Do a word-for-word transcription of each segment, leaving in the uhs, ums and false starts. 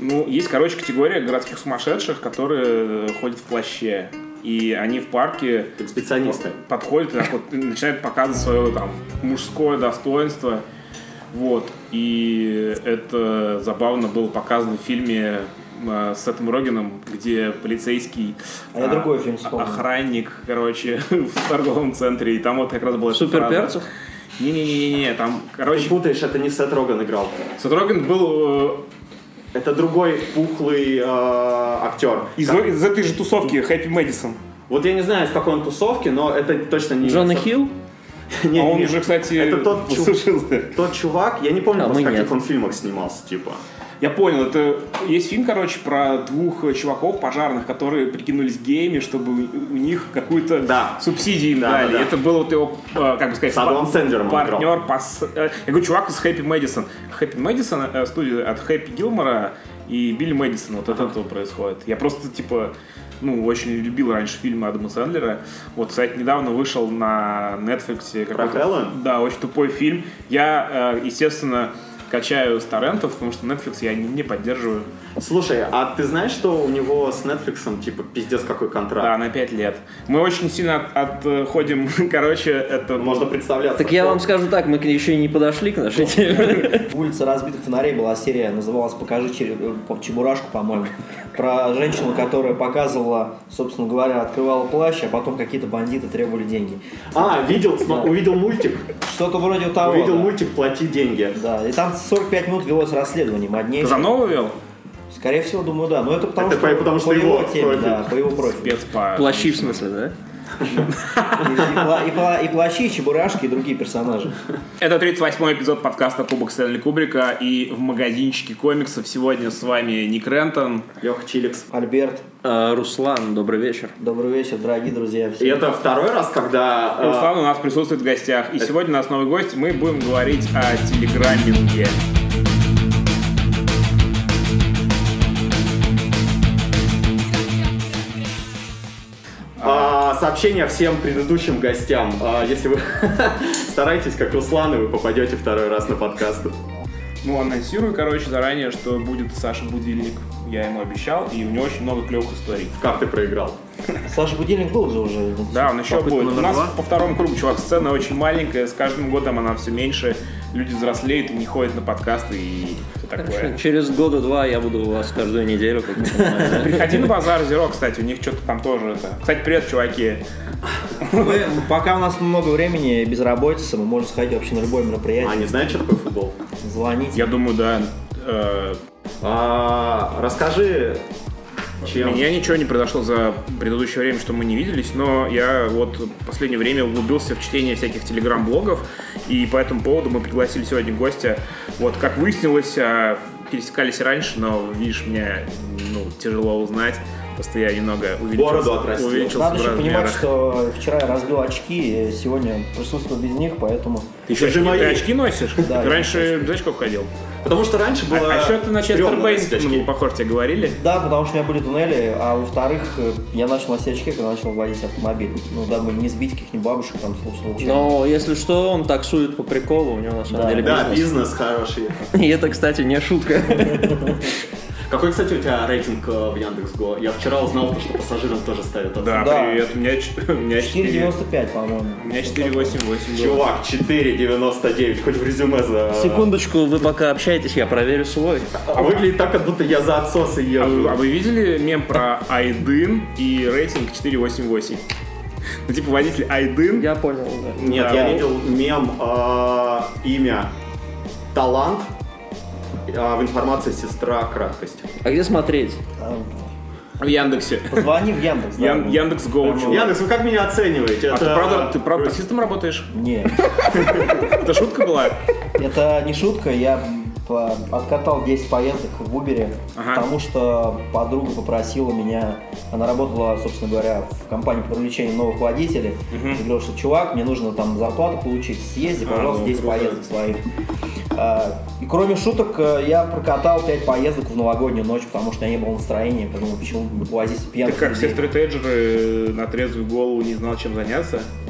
Ну, есть, короче, категория городских сумасшедших, которые ходят в плаще. И они в парке экспедиционисты подходят и так вот начинают показывать свое там мужское достоинство. Вот. И это забавно было показано в фильме с Сетом Рогеном, где полицейский а я а, другой фильм вспомнил. Охранник, короче, в торговом центре. И там вот как раз была Супер Перцев? Не-не-не-не, там, короче... Ты путаешь, это не Сет Роген играл. Сет Роген был... Это другой пухлый э, актер. Из, из этой же тусовки Хэппи Мэдисон. Вот я не знаю, из какой он тусовки, но это точно не... Джона Хилл? Не, а он не, уже, кстати, это тот, чу... тот чувак, я не помню, а в каких он фильмах снимался, типа. Я понял, это есть фильм, короче, про двух чуваков пожарных, которые прикинулись геями, чтобы у них какую-то да. субсидию им да, дали. Да, да. Это был вот его, как бы сказать, па- партнер. Пас... Я говорю, чувак из Хэппи Мэдисон. Хэппи Мэдисон, студия от Хэппи Гилмора и Билли Мэдисон. Вот ага. от этого происходит. Я просто, типа, ну, очень любил раньше фильмы Адама Сэндлера. Вот, кстати, недавно вышел на Netflix про Хэллоуин? Да, очень тупой фильм. Я, естественно, качаю с торрентов, потому что Netflix я не, не поддерживаю. Слушай, а ты знаешь, что у него с Netflix, типа, пиздец какой контракт? Да, на пять лет. Мы очень сильно от, отходим, короче, это... Можно представляться. Так я вам скажу так, мы еще и не подошли к нашей теме. «Улица разбитых фонарей» была серия, называлась «Покажи Чебурашку», по-моему. Про женщину, которая показывала, собственно говоря, открывала плащ, а потом какие-то бандиты требовали деньги. А, видел, да. увидел мультик. Что-то вроде того. Увидел да. мультик «Плати деньги». Да, и там сорок пять минут велось расследование моднейшее. Ты за нового вел? Скорее всего, думаю, да. Но это потому, это что, потому, что по его, его теме, да, по его профилю. Спецпа. Плащи, в смысле, да? И плащи, и чебурашки, и другие персонажи. Это тридцать восьмой эпизод подкаста «Кубок Стэнли Кубрика». И в магазинчике комиксов сегодня с вами Ник Рентон, Леха Чиликс, Альберт, а, Руслан. Добрый вечер. Добрый вечер, дорогие друзья. И это второй раз, когда... Руслан у нас присутствует в гостях. И это... сегодня у нас новый гость. Мы будем говорить о телеграмминге. Сообщение всем предыдущим гостям. Если вы стараетесь, как Руслан, и вы попадете второй раз на подкаст. Ну, анонсирую, короче, заранее, что будет Саша Будильник. Я ему обещал, и у него очень много клевых историй. В карты проиграл. Саша Будильник был же уже. Да, он еще будет. У нас по второму кругу, чувак, сцена очень маленькая. С каждым годом она все меньше. Люди взрослеют и не ходят на подкасты и все такое. Через года два я буду у вас каждую неделю. Приходи на базар Зеро, кстати, у них что-то там тоже это. Кстати, привет, чуваки. Мы, пока у нас много времени, безработица, мы можем сходить вообще на любое мероприятие. А не знаете, что такое футбол? Звоните. Я думаю, да. А, расскажи, чем... У меня ничего не произошло за предыдущее время, что мы не виделись, но я вот в последнее время углубился в чтение всяких телеграм-блогов, и по этому поводу мы пригласили сегодня гостя. Вот, как выяснилось, пересекались раньше, но, видишь, мне ну, тяжело узнать. Просто я немного увеличился, увеличился Надо еще размерах. понимать, что вчера я разбил очки, сегодня присутствую без них, поэтому... Ты еще очки, ты очки носишь? Да, ты раньше без очков ходил? Потому что раньше было... А, а еще ты на Честер Беннингтон был похож, тебе говорили? Да, потому что у меня были туннели, а во-вторых, я начал носить очки, когда начал водить автомобиль. Ну, дабы не сбить каких-нибудь бабушек там случайно. Но если что, он таксует по приколу, у него на самом да. деле бизнес. бизнес. Да, бизнес хороший. И это, кстати, не шутка. Какой, кстати, у тебя рейтинг в Яндекс.Го? Я вчера узнал, что пассажирам тоже ставят оценку. Да, да, привет. У меня, у меня четыре девяносто пять, по-моему. У меня четыре восемь восемь. Чувак, четыре девяносто девять, хоть в резюме за... Секундочку, вы пока общаетесь, я проверю свой. А выглядит так, как будто я за отсосы езжу. А, а вы видели мем про Айдын и рейтинг четыре восемь восемь? Ну, типа водитель Айдын. Я понял, да. Нет, да, я он... видел мем, э, имя Талант, а в информации сестра краткость. А где смотреть? В Яндексе. Позвони в Яндекс. Да, Ян, Яндекс.Го. Яндекс, вы как меня оцениваете? А это... ты правда, ты правда таксистом работаешь? Нет. Это шутка была? Это не шутка, я откатал десять поездок в Uber, ага. потому что подруга попросила меня, она работала, собственно говоря, в компании по привлечению новых водителей, угу. и говорила, что чувак, мне нужно там зарплату получить, съезди, пожалуйста, десять а, ну, поездок своих. И кроме шуток, я прокатал пять поездок в новогоднюю ночь, потому что у меня не было настроения, потому почему бы возить пьяных людей. Ты как людей. все стритэджеры на трезвую голову не знал, чем заняться?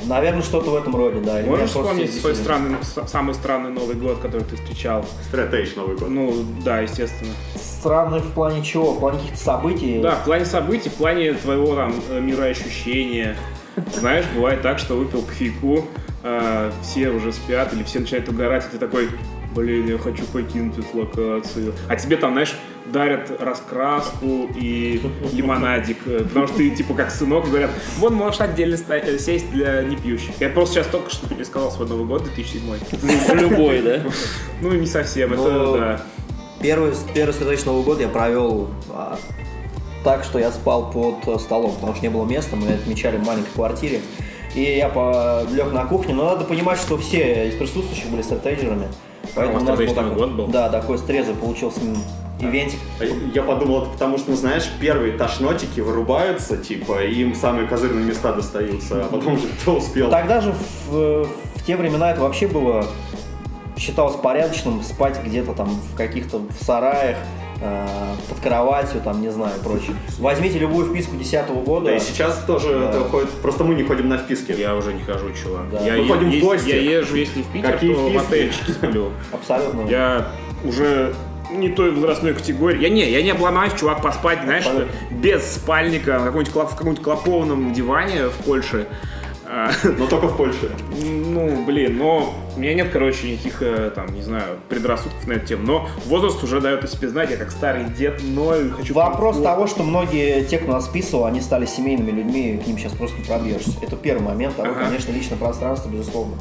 Наверное, что-то в этом роде, да. Или можешь вспомнить просто свой странный, самый странный Новый год, который ты встречал? Стратеж Новый год. Ну, да, естественно. Странный в плане чего? В плане каких-то событий? Да, в плане событий, в плане твоего там мироощущения. Знаешь, бывает так, что выпил кофейку, э, все уже спят, или все начинают угорать, и ты такой: блин, я хочу покинуть эту локацию. А тебе там, знаешь, дарят раскраску и лимонадик, потому что ты, типа, как сынок, говорят: вон, можешь отдельно ста- сесть для непьющих. Я просто сейчас только что пересказал свой Новый год, две тысячи седьмой. Любой, да? Ну, не совсем, это, Ну, да. Первый, первый следующий Новый год я провел а, так, что я спал под столом, потому что не было места, мы отмечали в маленькой квартире. И я по... лег на кухне, но надо понимать, что все из присутствующих были стратегерами. Поэтому у вас у нас был Новый такой, год был? Да, такой стрезы получился ивентик. Я подумал, это потому что, ну, знаешь, первые тошнотики вырубаются, типа, и им самые козырные места достаются, а потом уже кто успел. Тогда же в, в те времена это вообще было, считалось порядочным спать где-то там в каких-то в сараях, э, под кроватью, там, не знаю, прочее. Возьмите любую вписку десятого года. Да и сейчас тоже Да. это выходит, просто мы не ходим на вписки. Я уже не хожу, чувак. Да. Я, Мы е- ходим в есть- гости. я езжу, если в Питер, Какие то в вписки? отельчики сплю. Абсолютно. Я уже не той возрастной категории. Я не, я не обломаюсь, чувак, поспать, знаешь, что без спальника на каком-нибудь, клоп- в каком-нибудь клопованном диване в Польше. А, Но только в Польше. Ну, блин, но у меня нет, короче, никаких, э, там, не знаю, предрассудков на эту тему. Но возраст уже дает о себе знать, я как старый дед, но хочу... Вопрос комфорта. того, что многие, те, кто нас списывал, они стали семейными людьми, и к ним сейчас просто не пробьешься. Это первый момент. Второй, Ага. конечно, личное пространство, безусловно.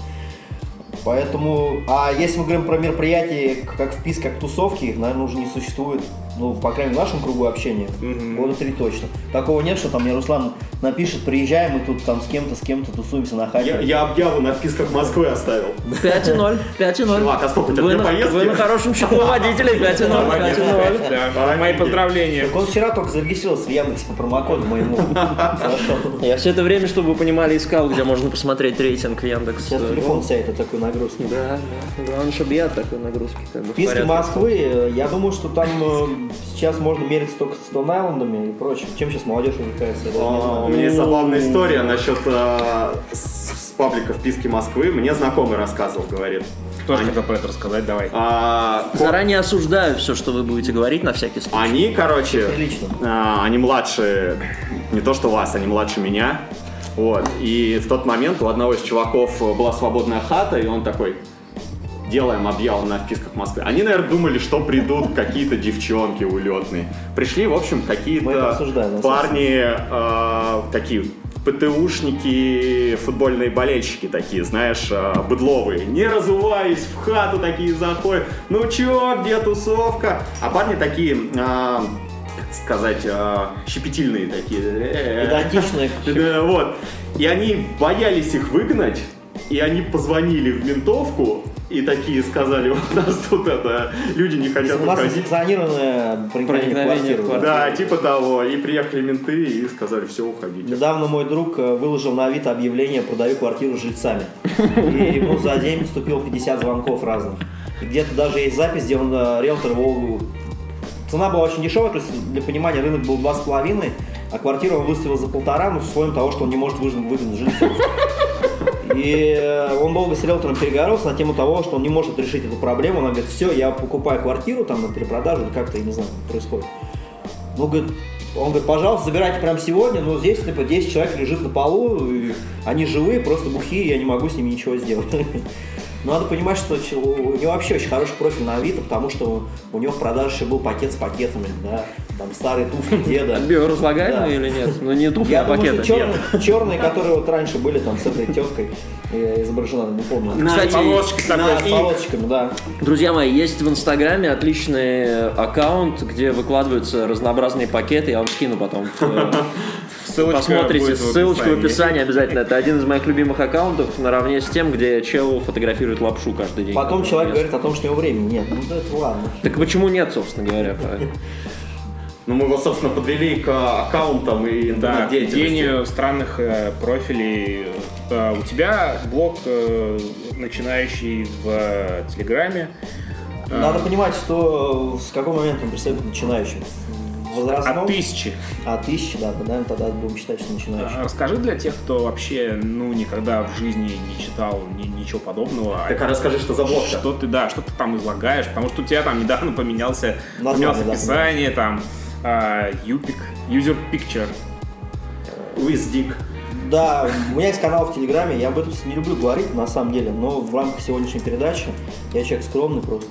Поэтому, а если мы говорим про мероприятия, как вписки, как тусовки, их, наверное, уже не существует, ну, по крайней мере, в нашем кругу общения, Мгм. года три точно. Такого нет, что там мне Руслан напишет: приезжаем, мы тут там с кем-то, с кем-то тусуемся на хайпе. Я, я объяву на вписках Москвы оставил. пять ноль, пять ноль. Чувак, а сколько у тебя, Вы две на, поездки? вы на хорошем счету водителей, пять ноль, Молодец, пять ноль. да. Мои поздравления. Так он вчера только зарегистрировался в Яндексе по промокоду моему. Зашел. Я все это время, чтобы вы понимали, искал, где можно посмотреть рейтинг Яндекс. Сейчас телефон сядет от такой нагрузки. Да, да. Главное, чтобы я от такой нагрузки как бы в Вписки порядке. Москвы, я думаю, что там э, сейчас можно мериться только с Стоун-Айлендами и прочим. Чем сейчас молодежь увлекается, я даже не А, знаю. У меня есть забавная история насчет э, с, с паблика «Вписки Москвы». Мне знакомый рассказывал, говорит. Тоже хотел про это рассказать, давай. А, ко- Заранее осуждаю все, что вы будете говорить на всякий случай. Они, короче, Прилично. а, они младше, не то что вас, они младше меня. Вот. И в тот момент у одного из чуваков была свободная хата, и он такой: делаем объяву на вписках Москвы. Они, наверное, думали, что придут какие-то девчонки улетные. Пришли, в общем, Мы это какие-то осуждаем, на парни, э, такие ПТУшники, футбольные болельщики такие, знаешь, э, быдловые. Не разуваясь, в хату такие заходят. Ну чё, где тусовка? А парни такие, э, как сказать, э, щепетильные такие. Э, Педантичные. да, вот. И они боялись их выгнать, и они позвонили в ментовку, и такие сказали: у нас тут это, люди не хотят У нас уходить. несанкционированное проникновение в Проникновение в квартиру. квартиру. Да, типа того. И приехали менты и сказали: все, уходите. Недавно мой друг э, выложил на Авито объявление: продаю квартиру с жильцами. И ему за день поступило пятьдесят звонков разных. И где-то даже есть запись, где он, э, риэлтор его... Цена была очень дешевая, то есть для понимания рынок был два с половиной, а квартиру он выставил за полтора, ну, с условием того, что он не может выгнать, выгнать жильцов. И э, он долго с риэлтором переговорился на тему того, что он не может решить эту проблему. Он говорит: все, я покупаю квартиру там на перепродажу, или как-то, я не знаю, происходит. Ну, говорит, он говорит: пожалуйста, забирайте прямо сегодня, но здесь типа десять человек лежит на полу, и они живые, просто бухие, я не могу с ними ничего сделать. Но надо понимать, что ч- у него вообще очень хороший профиль на Авито, потому что у него в продаже еще был пакет с пакетами, да, там старые туфли деда. Биоразлагаемые Да. или нет? Ну не туфли, Я а думаю, пакеты. что черные, черные, которые вот раньше были там с этой теткой э, изображена, не помню. Кстати, Полосочка Да, такой. с И- полосочками, да. Друзья мои, есть в Инстаграме отличный аккаунт, где выкладываются разнообразные пакеты. Я вам скину потом. Ссылочка Посмотрите, будет в ссылочку в описании. описании обязательно. Это один из моих любимых аккаунтов, наравне с тем, где чел фотографирует лапшу каждый день. Потом человек Yes. говорит о том, что у него времени нет. Ну да, это ладно. Так почему нет, собственно говоря? Ну, мы его, собственно, подвели к аккаунтам и Да, к интернет-деятельности. ведению странных э, профилей. Э, у тебя блог, э, начинающий в э, Телеграме. Э, Надо понимать, что с какого момента он представляет начинающим. возрастном. От тысячи. От тысячи, да, наверное, тогда будем считать, что начинающий. А, расскажи для тех, кто вообще, ну, никогда в жизни не читал ни, ничего подобного. Так а расскажи, что за блог-то? Что ты, да, что ты там излагаешь, потому что у тебя там недавно поменялся, поменялось описание, да, там, uh, Юпик, User Picture. With Dick. Да, у меня есть канал в Телеграме, я об этом не люблю говорить, на самом деле, но в рамках сегодняшней передачи я человек скромный просто.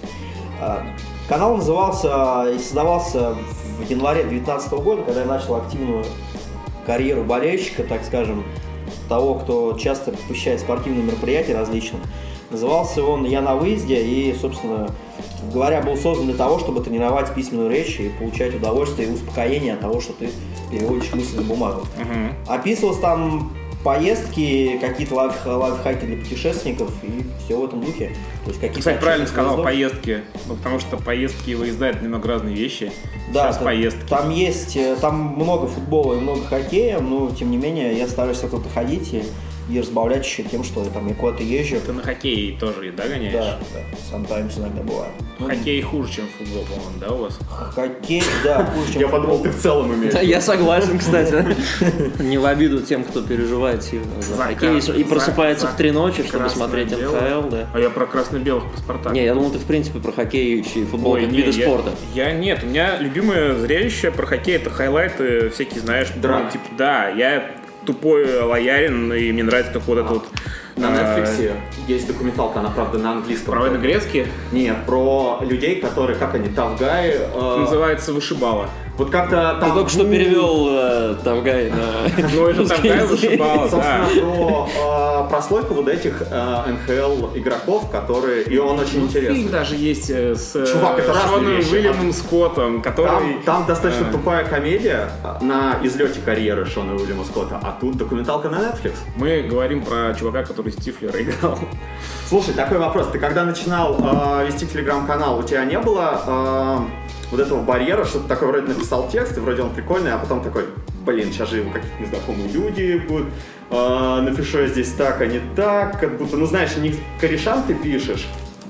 Канал назывался и создавался в январе две тысячи девятнадцатого года, когда я начал активную карьеру болельщика, так скажем, того, кто часто посещает спортивные мероприятия различные. Назывался он «Я на выезде» и, собственно говоря, был создан для того, чтобы тренировать письменную речь и получать удовольствие и успокоение от того, что ты переводишь мысли на бумагу. Uh-huh. Описывалось там поездки, какие-то лайф, лайфхаки для путешественников и все в этом духе. То есть какие-то Кстати, правильно сказал, выездов. Поездки, ну, потому что поездки и выезда — это немного разные вещи. Да, Сейчас там, поездки. Там есть, там много футбола и много хоккея, но тем не менее я стараюсь куда-то ходить и, и разбавлять еще тем, что там, я куда-то езжу. Ты на хоккее тоже, да, гоняешь? Да, да, sometimes иногда бывает. Хоккей хуже, чем футбол, по-моему, да, у вас? Хоккей, да, хуже, чем Я подумал, ты в целом имеешь. Я согласен, кстати. Не в обиду тем, кто переживает сильно за хоккей и просыпается в три ночи, чтобы смотреть эн ха эл, да. А я про красно-белых паспортах. Не, я думал, ты в принципе про хоккей и футбол, как виды спорта. Я нет, у меня любимое зрелище про хоккей — это хайлайты всякие, знаешь, типа, да, я тупой лоярин, и мне нравится только вот это вот. На Netflix есть документалка, она, правда, на английском. Про виногрецкие? Нет, про людей, которые, как они, тавгай. Э... Называется «Вышибала». Вот как-то там... Ты только что перевел э, тавгай на... Ну, это тавгай «Вышибала», да. Собственно, про прослойку вот этих эн ха эл игроков, которые... И он очень интересный. Фильм даже есть с Чувак, Шоном Уильямом Скоттом, который... Там достаточно тупая комедия на излете карьеры Шона Уильяма Скотта, а тут документалка на Netflix. Мы говорим про чувака, который Стифлера играл. Слушай, такой вопрос. Ты когда начинал э, вести телеграм-канал, у тебя не было э, вот этого барьера, что ты такой вроде написал текст, и вроде он прикольный, а потом такой, блин, сейчас же его какие-то незнакомые люди будут, э, напишу я здесь так, а не так, как будто, ну знаешь, не корешам ты пишешь,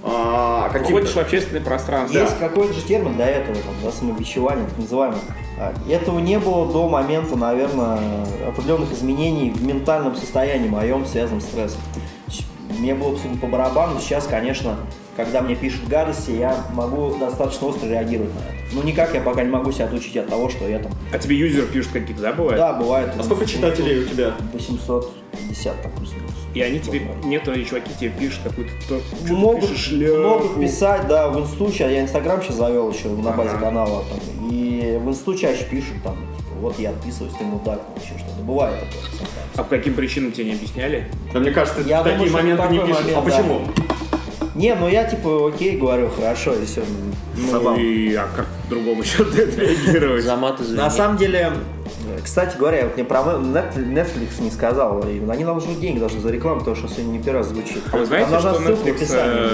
а каким-то... Уходишь в общественное пространство. Есть да. какой-то же термин для этого, там, да, самобичевание, так называемое. Этого не было до момента, наверное, определенных изменений в ментальном состоянии моем, связанном с стрессом. Мне было абсолютно по барабану. Сейчас, конечно, когда мне пишут гадости, я могу достаточно остро реагировать на это. Ну, никак я пока не могу себя отучить от того, что я там... А тебе юзеры пишут какие-то, да, бывает? Да, бывает. А сколько читателей у тебя? восемьсот пятьдесят, так плюс-минус. И они тебе, некоторые чуваки тебе пишут какую-то... Что могут, пишешь, могут писать, да, в инсту, я инстаграм сейчас завел еще на базе ага. канала, там, и в инсту чаще пишут, там, типа, вот я отписываюсь, ты мудак, вообще что-то. Бывает такое. А по каким причинам тебе не объясняли? Да мне кажется, я в такие думаю, моменты не пишут. Момент, а почему? Да. Не, ну я типа окей, говорю, хорошо, и все. Ну и а как по-другому еще реагировать? За мат, извини. На самом деле, кстати говоря, вот мне про Netflix не сказал, и они нам уже деньги должны за рекламу, потому что сегодня не первый раз звучит. А вы знаете, что Netflix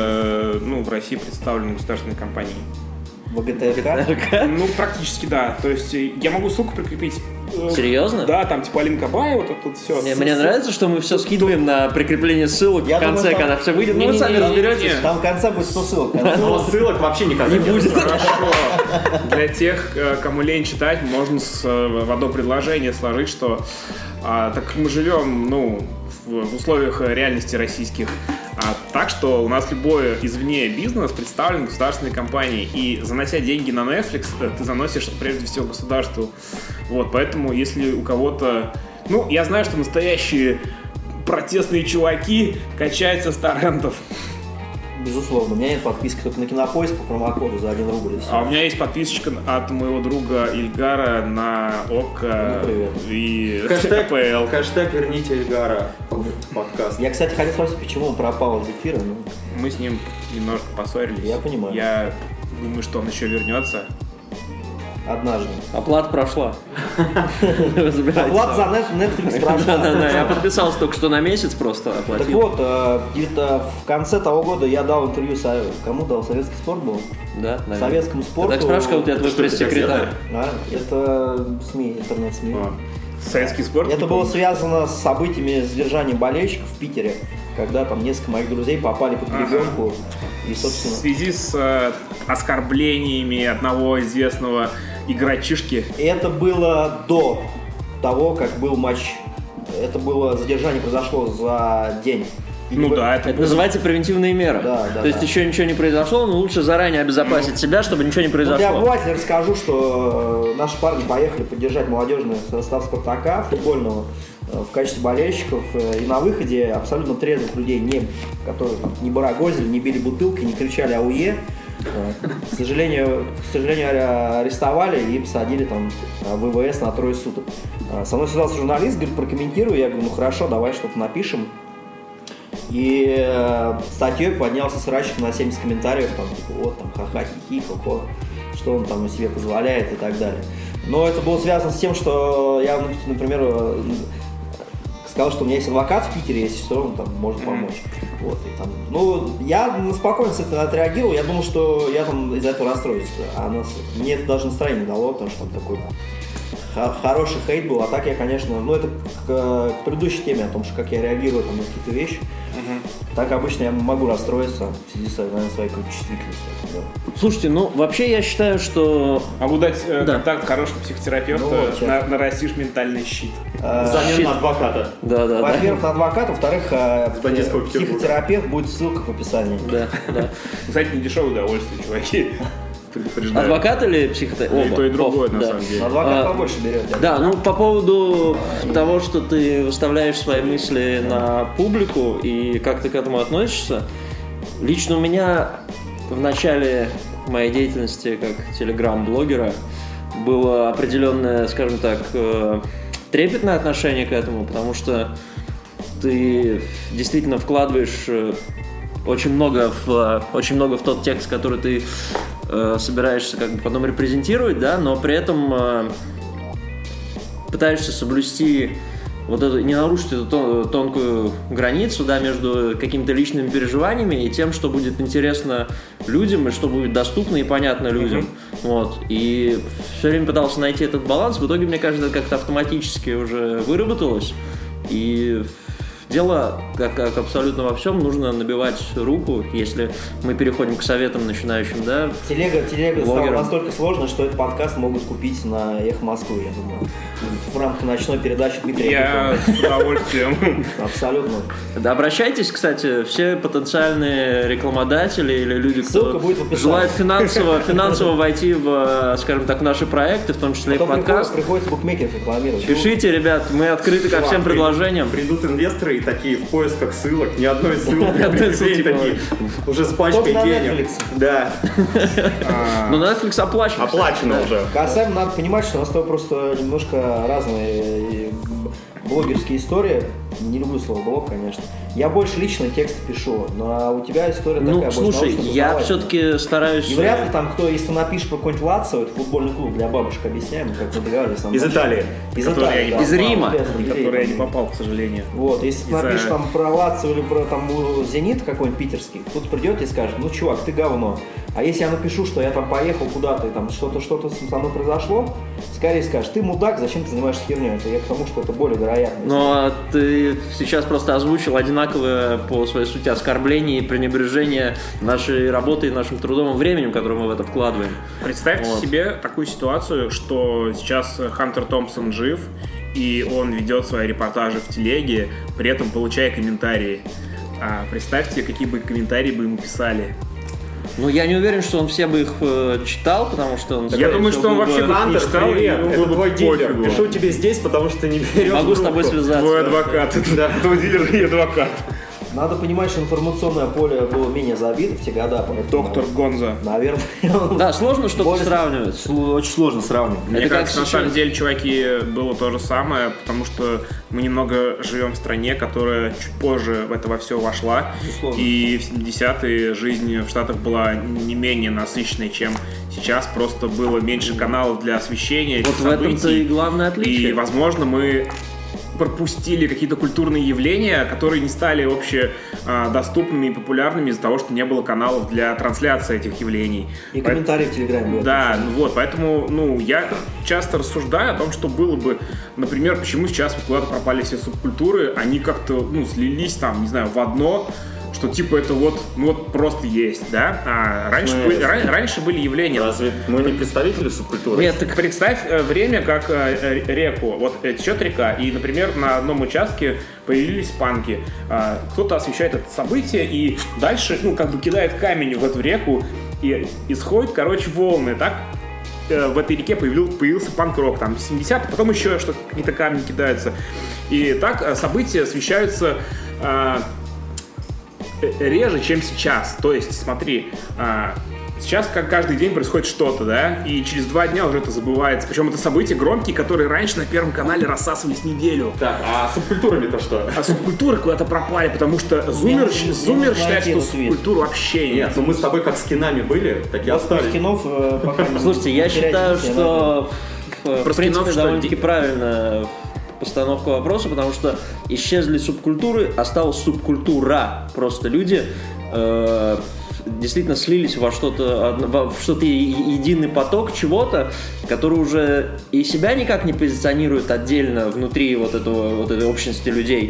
э, ну, в России представлен государственной компанией? вэ гэ тэ эр ка? Ну, практически, да. То есть я могу ссылку прикрепить. Серьезно? Да, там типа Алина Кабаева, вот это тут все. Не, мне нравится, что мы все скидываем на прикрепление ссылок я в конце, думаю, там... когда все выйдет. Ну, вы сами разберетесь. Там в конце будет сто ссылок. Но ссылок вообще никогда не будет. Хорошо. Для тех, кому лень читать, можно в одно предложение сложить, что так как мы живем, ну, в условиях реальности российских, а, так что у нас любой извне бизнес представлен государственной компанией, и занося деньги на Netflix, ты заносишь прежде всего государству. Вот, поэтому если у кого-то... Ну, я знаю, что настоящие протестные чуваки качаются с торрентов. Безусловно, у меня нет подписки только на Кинопоиск по промокоду за один рубль. А у меня есть подписочка от моего друга Ильгара на ОККО ну, и хэштег, хэштег «Верните Ильгара» подкаст. Я, кстати, хотел спросить, почему он пропал из эфира. Ну... Мы с ним немножко поссорились. Я понимаю. Я думаю, что он еще вернется. Однажды. Оплата прошла. Оплата за Netflix прошла. Да-да-да, я подписался только что на месяц, просто оплатил. Так вот, где-то в конце того года я дал интервью, кому дал? Советский спорт был? Да, наверное. Советскому спорту. Так спрашивай, у тебя твой пресс-секретарь. А, это СМИ, интернет-СМИ. Советский спорт? Это было связано с событиями задержания болельщиков в Питере, когда там несколько моих друзей попали под гребенку. Ага. И, собственно... В связи с э, оскорблениями одного известного игрочишки. Это было до того, как был матч. Это было задержание произошло за день. И ну да, это, это называется превентивные меры. Да, да, То есть да. еще ничего не произошло, но лучше заранее обезопасить mm. себя, чтобы ничего не произошло. Ну, для обывателя расскажу, что наши парни поехали поддержать молодежный состав «Спартака» футбольного в качестве болельщиков. И на выходе абсолютно трезвых людей, не, которые там, не барагозили, не били бутылкой, не кричали «Ауе». К сожалению, к сожалению, арестовали и посадили там в ВВС на трое суток. Со мной связался журналист, говорит, прокомментирую. Я говорю, ну хорошо, давай что-то напишем. И э, статьей поднялся срачик на семьдесят комментариев, там, типа, вот, там, ха-ха, хи-хи, хо-хо, что он там себе позволяет и так далее. Но это было связано с тем, что я, например, сказал, что у меня есть адвокат в Питере, если что, он там может помочь. Mm-hmm. Вот, и там, ну, я спокойно с этим отреагировал, я думал, что я там из-за этого расстроюсь. А нас, мне это даже настроение дало, потому что там такой хороший хейт был, а так я, конечно, ну это к, к предыдущей теме о том, что как я реагирую там, на какие-то вещи. Uh-huh. Так обычно я могу расстроиться в связи с, наверное, своей какой-то чувствительностью. Да. Слушайте, ну вообще я считаю, что... Могу дать э, да. контакт хорошего психотерапевта, ну, вот, на, нарастишь ментальный щит. Взамен на адвоката. Да, да, Во-первых, да. на адвоката, во-вторых, психотерапевт будет ссылка в описании. Да, да. Кстати, не дешевое удовольствие, чуваки. Адвокат или психотерапевт? И то, и другое, Оба, на да. самом деле. Адвокат а, побольше берет. Да. Да, ну по поводу того, что ты выставляешь свои мысли на публику и как ты к этому относишься, лично у меня в начале моей деятельности как телеграм-блогера было определенное, скажем так, трепетное отношение к этому, потому что ты действительно вкладываешь очень много в, очень много в тот текст, который ты э, собираешься как бы потом репрезентировать, да, но при этом э, пытаешься соблюсти вот эту, не нарушить эту тон, тонкую границу, да, между какими-то личными переживаниями и тем, что будет интересно людям и что будет доступно и понятно людям. Mm-hmm. Вот. И все время пытался найти этот баланс. В итоге, мне кажется, это как-то автоматически уже выработалось. И дело, как, как абсолютно во всем, нужно набивать руку, если мы переходим к советам начинающим, да. Телега, телега стала настолько сложной, что этот подкаст могут купить на Эхо Москвы, я думаю, в рамках ночной передачи Дмитрия. Я с удовольствием. Абсолютно. Да, обращайтесь, кстати, все потенциальные рекламодатели или люди, кто желает финансово, финансово войти в, скажем так, в наши проекты, в том числе и в подкаст. Приходится букмекеров рекламировать. Пишите, ребят, мы открыты ко всем предложениям. Придут инвесторы и такие в поисках ссылок, ни одной ссылки, такие уже с пачкой денег. Да. Но Netflix оплачено. Оплачено уже. Касаемо, надо понимать, что у нас с тобой просто немножко разные блогерские истории. Не люблю слово блог, конечно. Я больше лично текст пишу, но у тебя история ну, такая. Ну, слушай, я все-таки стараюсь... И вряд ли там кто, если напишешь про какой-нибудь Лацио, это футбольный клуб для бабушек, объясняем, как мы договаривались. Из Италии. Из Италии, да. Из Рима. Который я не попал, к сожалению. Вот, если ты напишешь там про Лацио или про там Зенит какой-нибудь питерский, кто-то придет и скажет, ну, чувак, ты говно. А если я напишу, что я там поехал куда-то, и там что-то, что-то со мной произошло, скорее скажешь, ты мудак, зачем ты занимаешься херней? Это я к тому, что это более вероятно. Но ты сейчас просто озвучил одинаковое по своей сути оскорбление и пренебрежение нашей работой и нашим трудом и временем, которое мы в это вкладываем. Представьте вот. себе такую ситуацию, что сейчас Хантер Томпсон жив, и он ведет свои репортажи в телеге, при этом получая комментарии. А представьте, какие бы комментарии бы ему писали. Ну, я не уверен, что он все бы их э, читал, потому что он... Я думаю, что он вообще бы Хантер, не читал. Привет, это твой дилер. Пишу тебе здесь, потому что не берешь Могу с тобой связаться. Твой адвокат. Да, твой дилер и адвокат. Надо понимать, что информационное поле было менее забито в те годы. Доктор Гонза. Наверное. Да, сложно что-то более... сравнивать. Очень сложно сравнивать. Мне это кажется, на сейчас... самом деле, чуваки, было то же самое, потому что мы немного живем в стране, которая чуть позже в это во все вошла. Безусловно. И в семидесятые жизнь в Штатах была не менее насыщенной, чем сейчас. Просто было меньше каналов для освещения вот этих событий. Вот в этом-то и главное отличие. И, возможно, мы пропустили какие-то культурные явления, которые не стали общедоступными и популярными из-за того, что не было каналов для трансляции этих явлений. И комментарии в Телеграме. Да, ну вот, поэтому, ну, я часто рассуждаю о том, что было бы, например, почему сейчас вот куда-то пропали все субкультуры, они как-то, ну, слились там, не знаю, в одно, что типа это вот, ну вот просто есть, да? А раньше, ну, были, раньше, раньше были явления. Разве мы не представители субкультуры? Нет, так представь время как реку. Вот течет река, и, например, на одном участке появились панки. Кто-то освещает это событие и дальше, ну, как бы кидает камень в эту реку, и исходят, короче, волны. Так в этой реке появился, появился панк-рок, там, семидесятые, потом еще что какие-то камни кидаются. И так события освещаются э, реже, чем сейчас. То есть, смотри, э, сейчас как каждый день происходит что-то, да, и через два дня уже это забывается. Причем это события громкие, которые раньше на Первом канале рассасывались неделю. Так, а субкультурами-то что? А субкультуры куда-то пропали, потому что зумер, не, зумер не считает, что субкультуру вообще нет. Нет, ну мы с тобой как скинами были, так и остались. Скинов э, пока не Слушайте, я считаю, что в, в принципе довольно-таки что... правильно постановка вопроса, потому что исчезли субкультуры, осталась субкультура. Просто люди э, действительно слились во что-то, во что-то единый поток чего-то, который уже и себя никак не позиционирует отдельно внутри вот этого вот этой общности людей,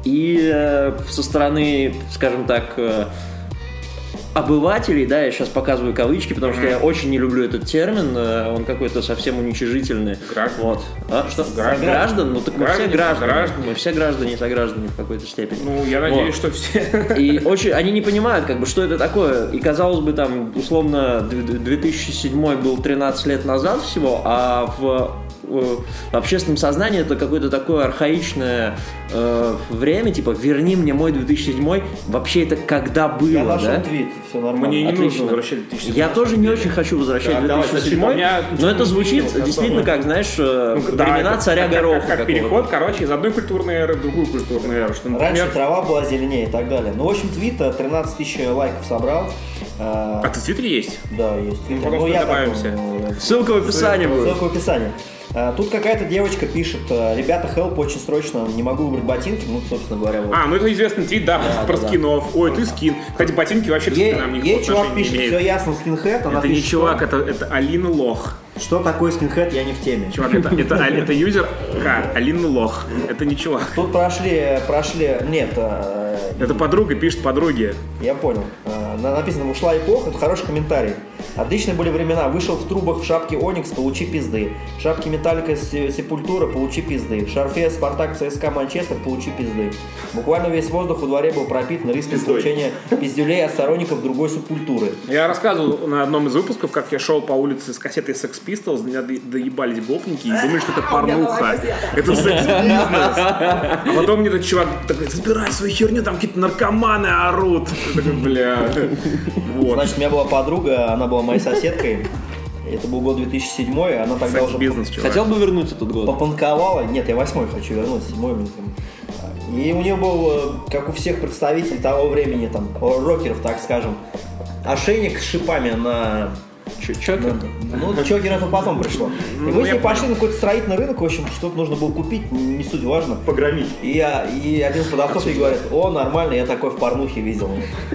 и э, со стороны, скажем так, э, обывателей, да, я сейчас показываю кавычки, потому что я очень не люблю этот термин, он какой-то совсем уничижительный. Граждан. Вот. А, что? Граждан. Граждан? Ну так мы граждане, все граждане. граждане. Мы все граждане, сограждане в какой-то степени. Ну, я надеюсь, вот. что все. И очень, они не понимают, как бы, что это такое. И казалось бы, там, условно, две тысячи седьмой был тринадцать лет назад всего, а в в общественном сознании это какое-то такое архаичное э, время, типа верни мне мой две тысячи седьмой, вообще это когда было, я нашел да? твит, все нормально. Мне не Отлично. нужно возвращать две тысячи седьмой. Я тоже не очень хочу возвращать Да, две тысячи седьмой, давай, но это звучит действительно как, знаешь, Ну, времена да, царя как, Гороха. Как, как переход, короче, из одной культурной эры в другую культурную эру. Что, например... Раньше трава была зеленее и так далее. Ну, в общем, твит тринадцать тысяч лайков собрал. А ты в Твиттере есть? Да, есть. Ну, Твиттер. потом Ну, я добавимся. такой, Ссылка в описании будет. Ссылка в описании. А, тут какая-то девочка пишет: ребята, хелп, очень срочно, не могу выбрать ботинки. Ну, собственно говоря, вот. А, ну это известный твит, да, Да, про да, скинов. Ой, ты скин. Кстати, ботинки вообще к Ей, скинам никакого ей чувак отношения пишет: не все имеют. ясно, скинхед. Она Это не пишет, чувак, что, это, это Алина Лох. что такое скинхед, я не в теме. Чувак, это, это, это юзер К, Алина Лох. Это не чувак. Тут прошли, прошли, нет, э, Это подруга пишет подруге. я понял. Э, написано: ушла эпоха, это хороший комментарий. Отличные были времена. Вышел в трубах в шапке Оникс, получи пизды. В шапке Металлика Сепультура, получи пизды. В шарфе Спартак ЦСКА Манчестер, получи пизды. Буквально весь воздух во дворе был пропитан риском получения пиздюлей от сторонников другой субкультуры. Я рассказывал на одном из выпусков, как я шел по улице с кассетой Sex Pistols, меня доебались гопники и думали, что это порнуха. Это секс-бизнес. А потом мне этот чувак такой: забирай свою херню, там какие-то наркоманы орут. Я такой: бля. Вот. Значит, у меня была подруга, она была моей соседкой. Это был год две тысячи седьмой, она тогда уже Секс-бизнес, чувак. Хотел бы вернуть этот год? попанковала. Нет, я восьмой хочу вернуть, седьмой. Блин, там. И у нее был, как у всех представителей того времени, там, рокеров, так скажем, ошейник с шипами на... Чокер? Ну, чокер это потом пришло. И Ну, мы с я ней пошли понял. на какой-то строительный рынок, в общем, что-то нужно было купить, не суть важно. Погромить. И, я, и один из продавцов ей говорит: о, нормально, я такой в порнухе видел.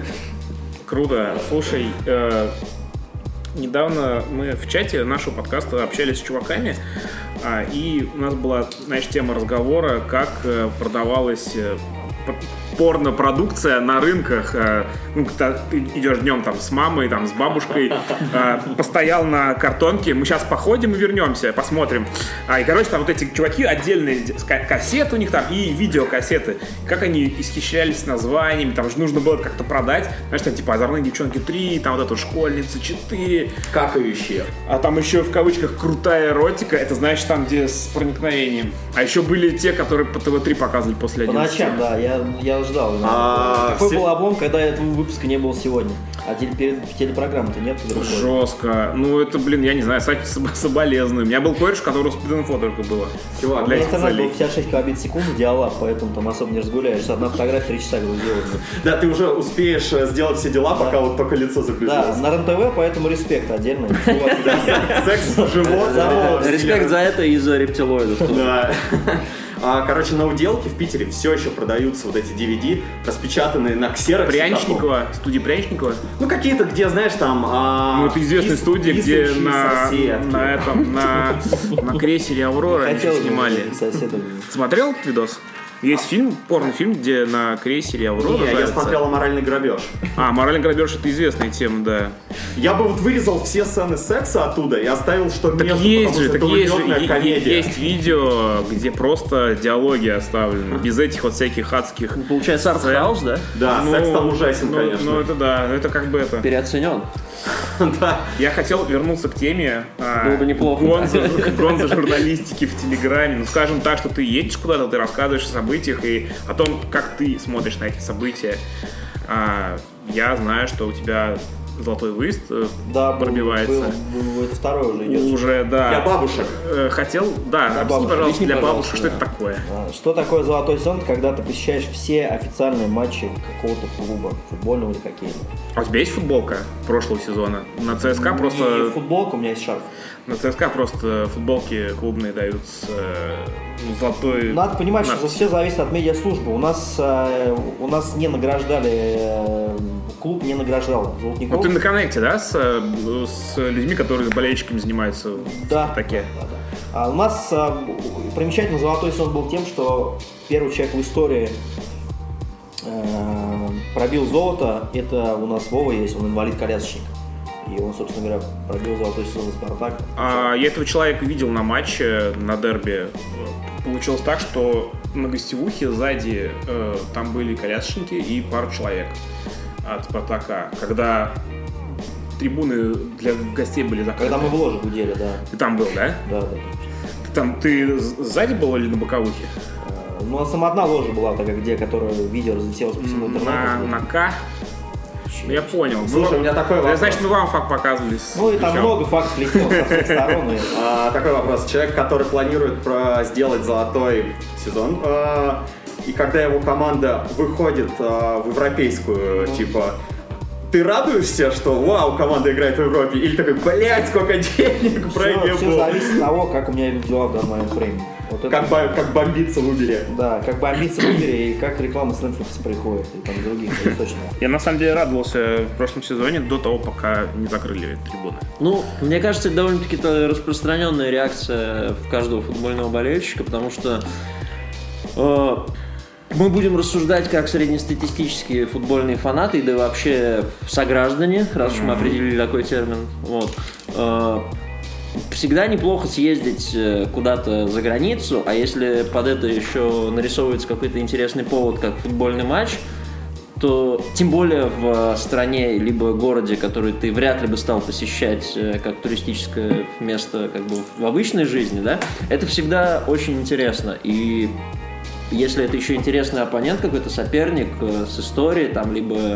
Круто. Слушай, э, недавно мы в чате нашего подкаста общались с чуваками, а, и у нас была, знаешь, тема разговора, как э, продавалась э, п- порнопродукция на рынках. Э, ну, когда ты идешь днем там с мамой, там, с бабушкой, э, постоял на картонке, мы сейчас походим и вернемся, посмотрим. А, и, короче, там вот эти чуваки, отдельные ка- кассеты у них там и видеокассеты. Как они исхищались названиями, там же нужно было как-то продать. Знаешь, там типа «Озорные девчонки три», там вот эту «Школьница четыре». Какающие. А там еще в кавычках «крутая эротика», это значит там, где с проникновением. А еще были те, которые по тэ вэ три показывали после По одиннадцати. ночам, да, я, я ждал. А, Какой все- был облом, когда этого выпуска не было сегодня? А теле- телепрограммы-то нет? другой. Жестко. Ну, это, блин, я не знаю, кстати, соб- соболезную. У меня был кореш, у которого спид-инфо только было. Чувак, У Для меня этих интернет был целей. пятьдесят шесть килобит в секунду, диалог, поэтому там особо не разгуляешь. Одна фотография три часа грузилась. да, ты уже успеешь э, сделать все дела, пока вот только лицо Да, загрузилось. на РЕН-ТВ, поэтому респект отдельно. Секс, живот. Да, э, Респект за это и за рептилоидов. Да. А, короче, на уделке в Питере все еще продаются вот эти ди ви ди, распечатанные на ксероксе. Пряничникова, студия Пряничникова. Ну, какие-то, где, знаешь, там... а, Ну, это известная пис- студия, где писающие на, соседки. на этом, на, на крейсере «Аврора» они Хотел снимали. соседом. Смотрел этот видос? Есть фильм, порнофильм, где на крейсере Аврора. Не, я смотрел «Аморальный грабеж». А, «Моральный грабеж» — это известная тема, да. Я бы вот вырезал все сцены секса оттуда и оставил, что так между, есть потому же, что так это есть же, улетная комедия. есть видео, где просто диалоги оставлены, без этих вот всяких адских... Получается, артхаус, да? Да, ну, секс там ужасен, ну, конечно. Ну, это да, это как бы это... Переоценен. Да. Я хотел вернуться к теме а, Было бы неплохо. гонза, гонза журналистики в Телеграме. Ну, скажем так, что ты едешь куда-то, ты рассказываешь о событиях и о том, как ты смотришь на эти события. А, я знаю, что у тебя золотой выезд да, пробивается. Был, был, был, это второй уже идет. Уже, да. Для бабушек. Хотел, да, для объясни, бабушек. пожалуйста, Объясни, для пожалуйста, бабушек, да. что это такое? Что такое золотой сезон? Это когда ты посещаешь все официальные матчи какого-то клуба, футбольного или хоккейного. А у тебя есть футболка прошлого сезона? На ЦСКА просто... Не футболка, у меня есть шарф. На ЦСКА просто футболки клубные дают с ну, золотой... Надо понимать, надпись. что все зависит от медиаслужбы. У нас, э, у нас не награждали, э, клуб не награждал золотников. Вот ты на коннекте, да, с, с людьми, которые болельщиками занимаются да, в таке? Да, да. А у нас а, примечательно золотой сезон был тем, что первый человек в истории э, пробил золото. Это у нас Вова есть, он инвалид-колясочник. И он, собственно говоря, пробил золотой сезон за «Спартак». А, я этого человека видел на матче, на дерби. Получилось так, что на гостевухе сзади э, там были колясочники и пару человек от «Спартака». Когда трибуны для гостей были закрыты. Когда мы в ложе гудели, да. Ты там был, да? Да, да. Ты, там, ты сзади был или на боковухе? Ну, у нас там одна ложа была, такая, где, которая видео разлетелось по всему интернету. На, на К? Я понял. Слушай, ну, у меня такой вопрос. Значит, мы вам факт показывали. Ну и там Причем... много фактов летело со всех сторон. И... А, такой вопрос. Человек, который планирует про сделать золотой сезон, а, и когда его команда выходит а, в европейскую, ну. типа, ты радуешься, что вау, команда играет в Европе? Или такой, блядь, сколько денег проебал? Все, все зависит от того, как у меня идут дела в данный момент времени. Вот как, бо- как бомбиться в Uber. Да, как бомбиться в Uber и как реклама с Netflix приходит и там других источников. Я на самом деле радовался в прошлом сезоне до того, пока не закрыли трибуны. Ну, мне кажется, это довольно-таки распространенная реакция каждого футбольного болельщика, потому что э, мы будем рассуждать как среднестатистические футбольные фанаты, да и вообще сограждане, раз уж мы определили такой термин. Вот. Э, Всегда неплохо съездить куда-то за границу, а если под это еще нарисовывается какой-то интересный повод, как футбольный матч, то тем более в стране либо городе, который ты вряд ли бы стал посещать как туристическое место как бы в обычной жизни, да, это всегда очень интересно. И если это еще интересный оппонент, какой-то соперник с историей, там, либо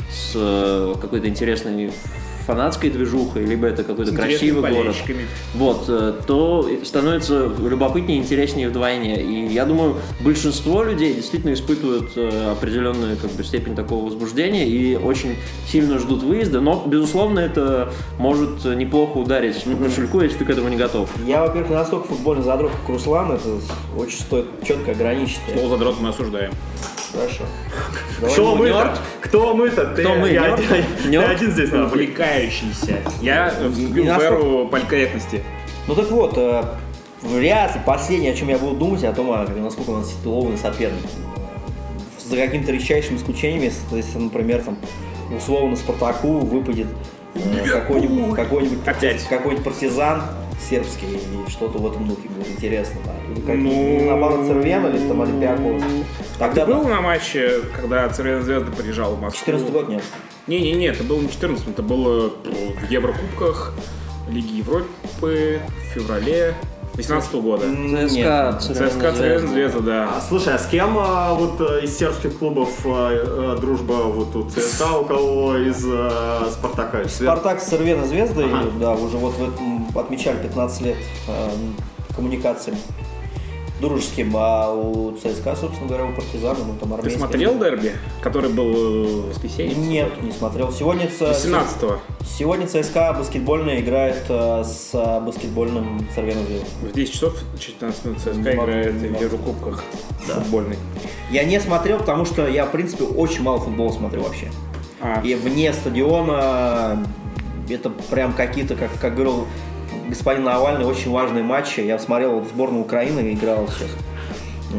с какой-то интересной фанатской движухой, либо это какой-то красивый город, вот, то становится любопытнее и интереснее вдвойне. И я думаю, большинство людей действительно испытывают определенную как бы, степень такого возбуждения и очень сильно ждут выезда, но, безусловно, это может неплохо ударить по кошельку, если ты к этому не готов. Я, во-первых, не настолько футбольный задрот, как Руслан, это очень стоит четко ограничить. Слово задрот мы осуждаем. Хорошо. Кто мы-то? Кто мы-то? Ты, Кто мы? Я, я, я один здесь. Увлекающийся. Я вступил в эру политкорректности. Ну так вот, э, вряд ли последнее, о чем я буду думать, о том, а, насколько у нас титулованный соперник. За какими-то редчайшими исключениями, если, например, там, условно Спартаку выпадет э, какой-нибудь, какой-нибудь, какой-нибудь партизан сербский, и что-то в этом духе будет интересно, да. Или как ну... наоборот Цервена, или там Олимпиакос. Тогда а ты был на матче, когда Цервена Звезда приезжала в Москву? четырнадцатый год, нет. Не-не-не, это было не четырнадцатый, это было в Еврокубках Лиги Европы в феврале восемнадцатого года. ЦСКА, ЦСКА, Цервена Звезда, да. А, слушай, а с кем а, вот из сербских клубов а, дружба вот у ЦСКА, у кого из а, Спартака? Спартак с Цервена Звездой, ага. да, уже вот в этом отмечали пятнадцать лет э, коммуникациям дружеским, а у ЦСКА, собственно говоря, у Партизана, ну там армейский. Ты смотрел дерби, который был в воскресенье? Нет, не смотрел. Сегодня, восемнадцатого. Сегодня ЦСКА баскетбольная играет э, с баскетбольным Цервена Звездой. В десять часов четырнадцать минут ЦСКА не играет в Еврокубках да. футбольный. Я не смотрел, потому что я, в принципе, очень мало футбола смотрю вообще. А. И вне стадиона это прям какие-то, как, как говорил господин Навальный, очень важные матчи. Я смотрел вот, сборную Украины, играл сейчас.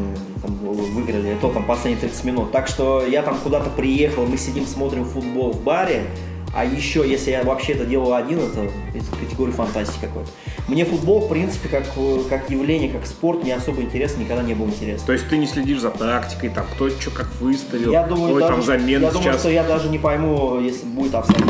там выиграли, и то там последние тридцать минут. Так что я там куда-то приехал, мы сидим, смотрим футбол в баре, а еще, если я вообще это делаю один, это из категории фантастики какой-то. Мне футбол, в принципе, как, как явление, как спорт, не особо интересно, никогда не был интересно. То есть ты не следишь за тактикой, там, кто что как выставил, я думаю, ой, даже, там замен я сейчас. думаю, что я даже не пойму, если будет абсолютно.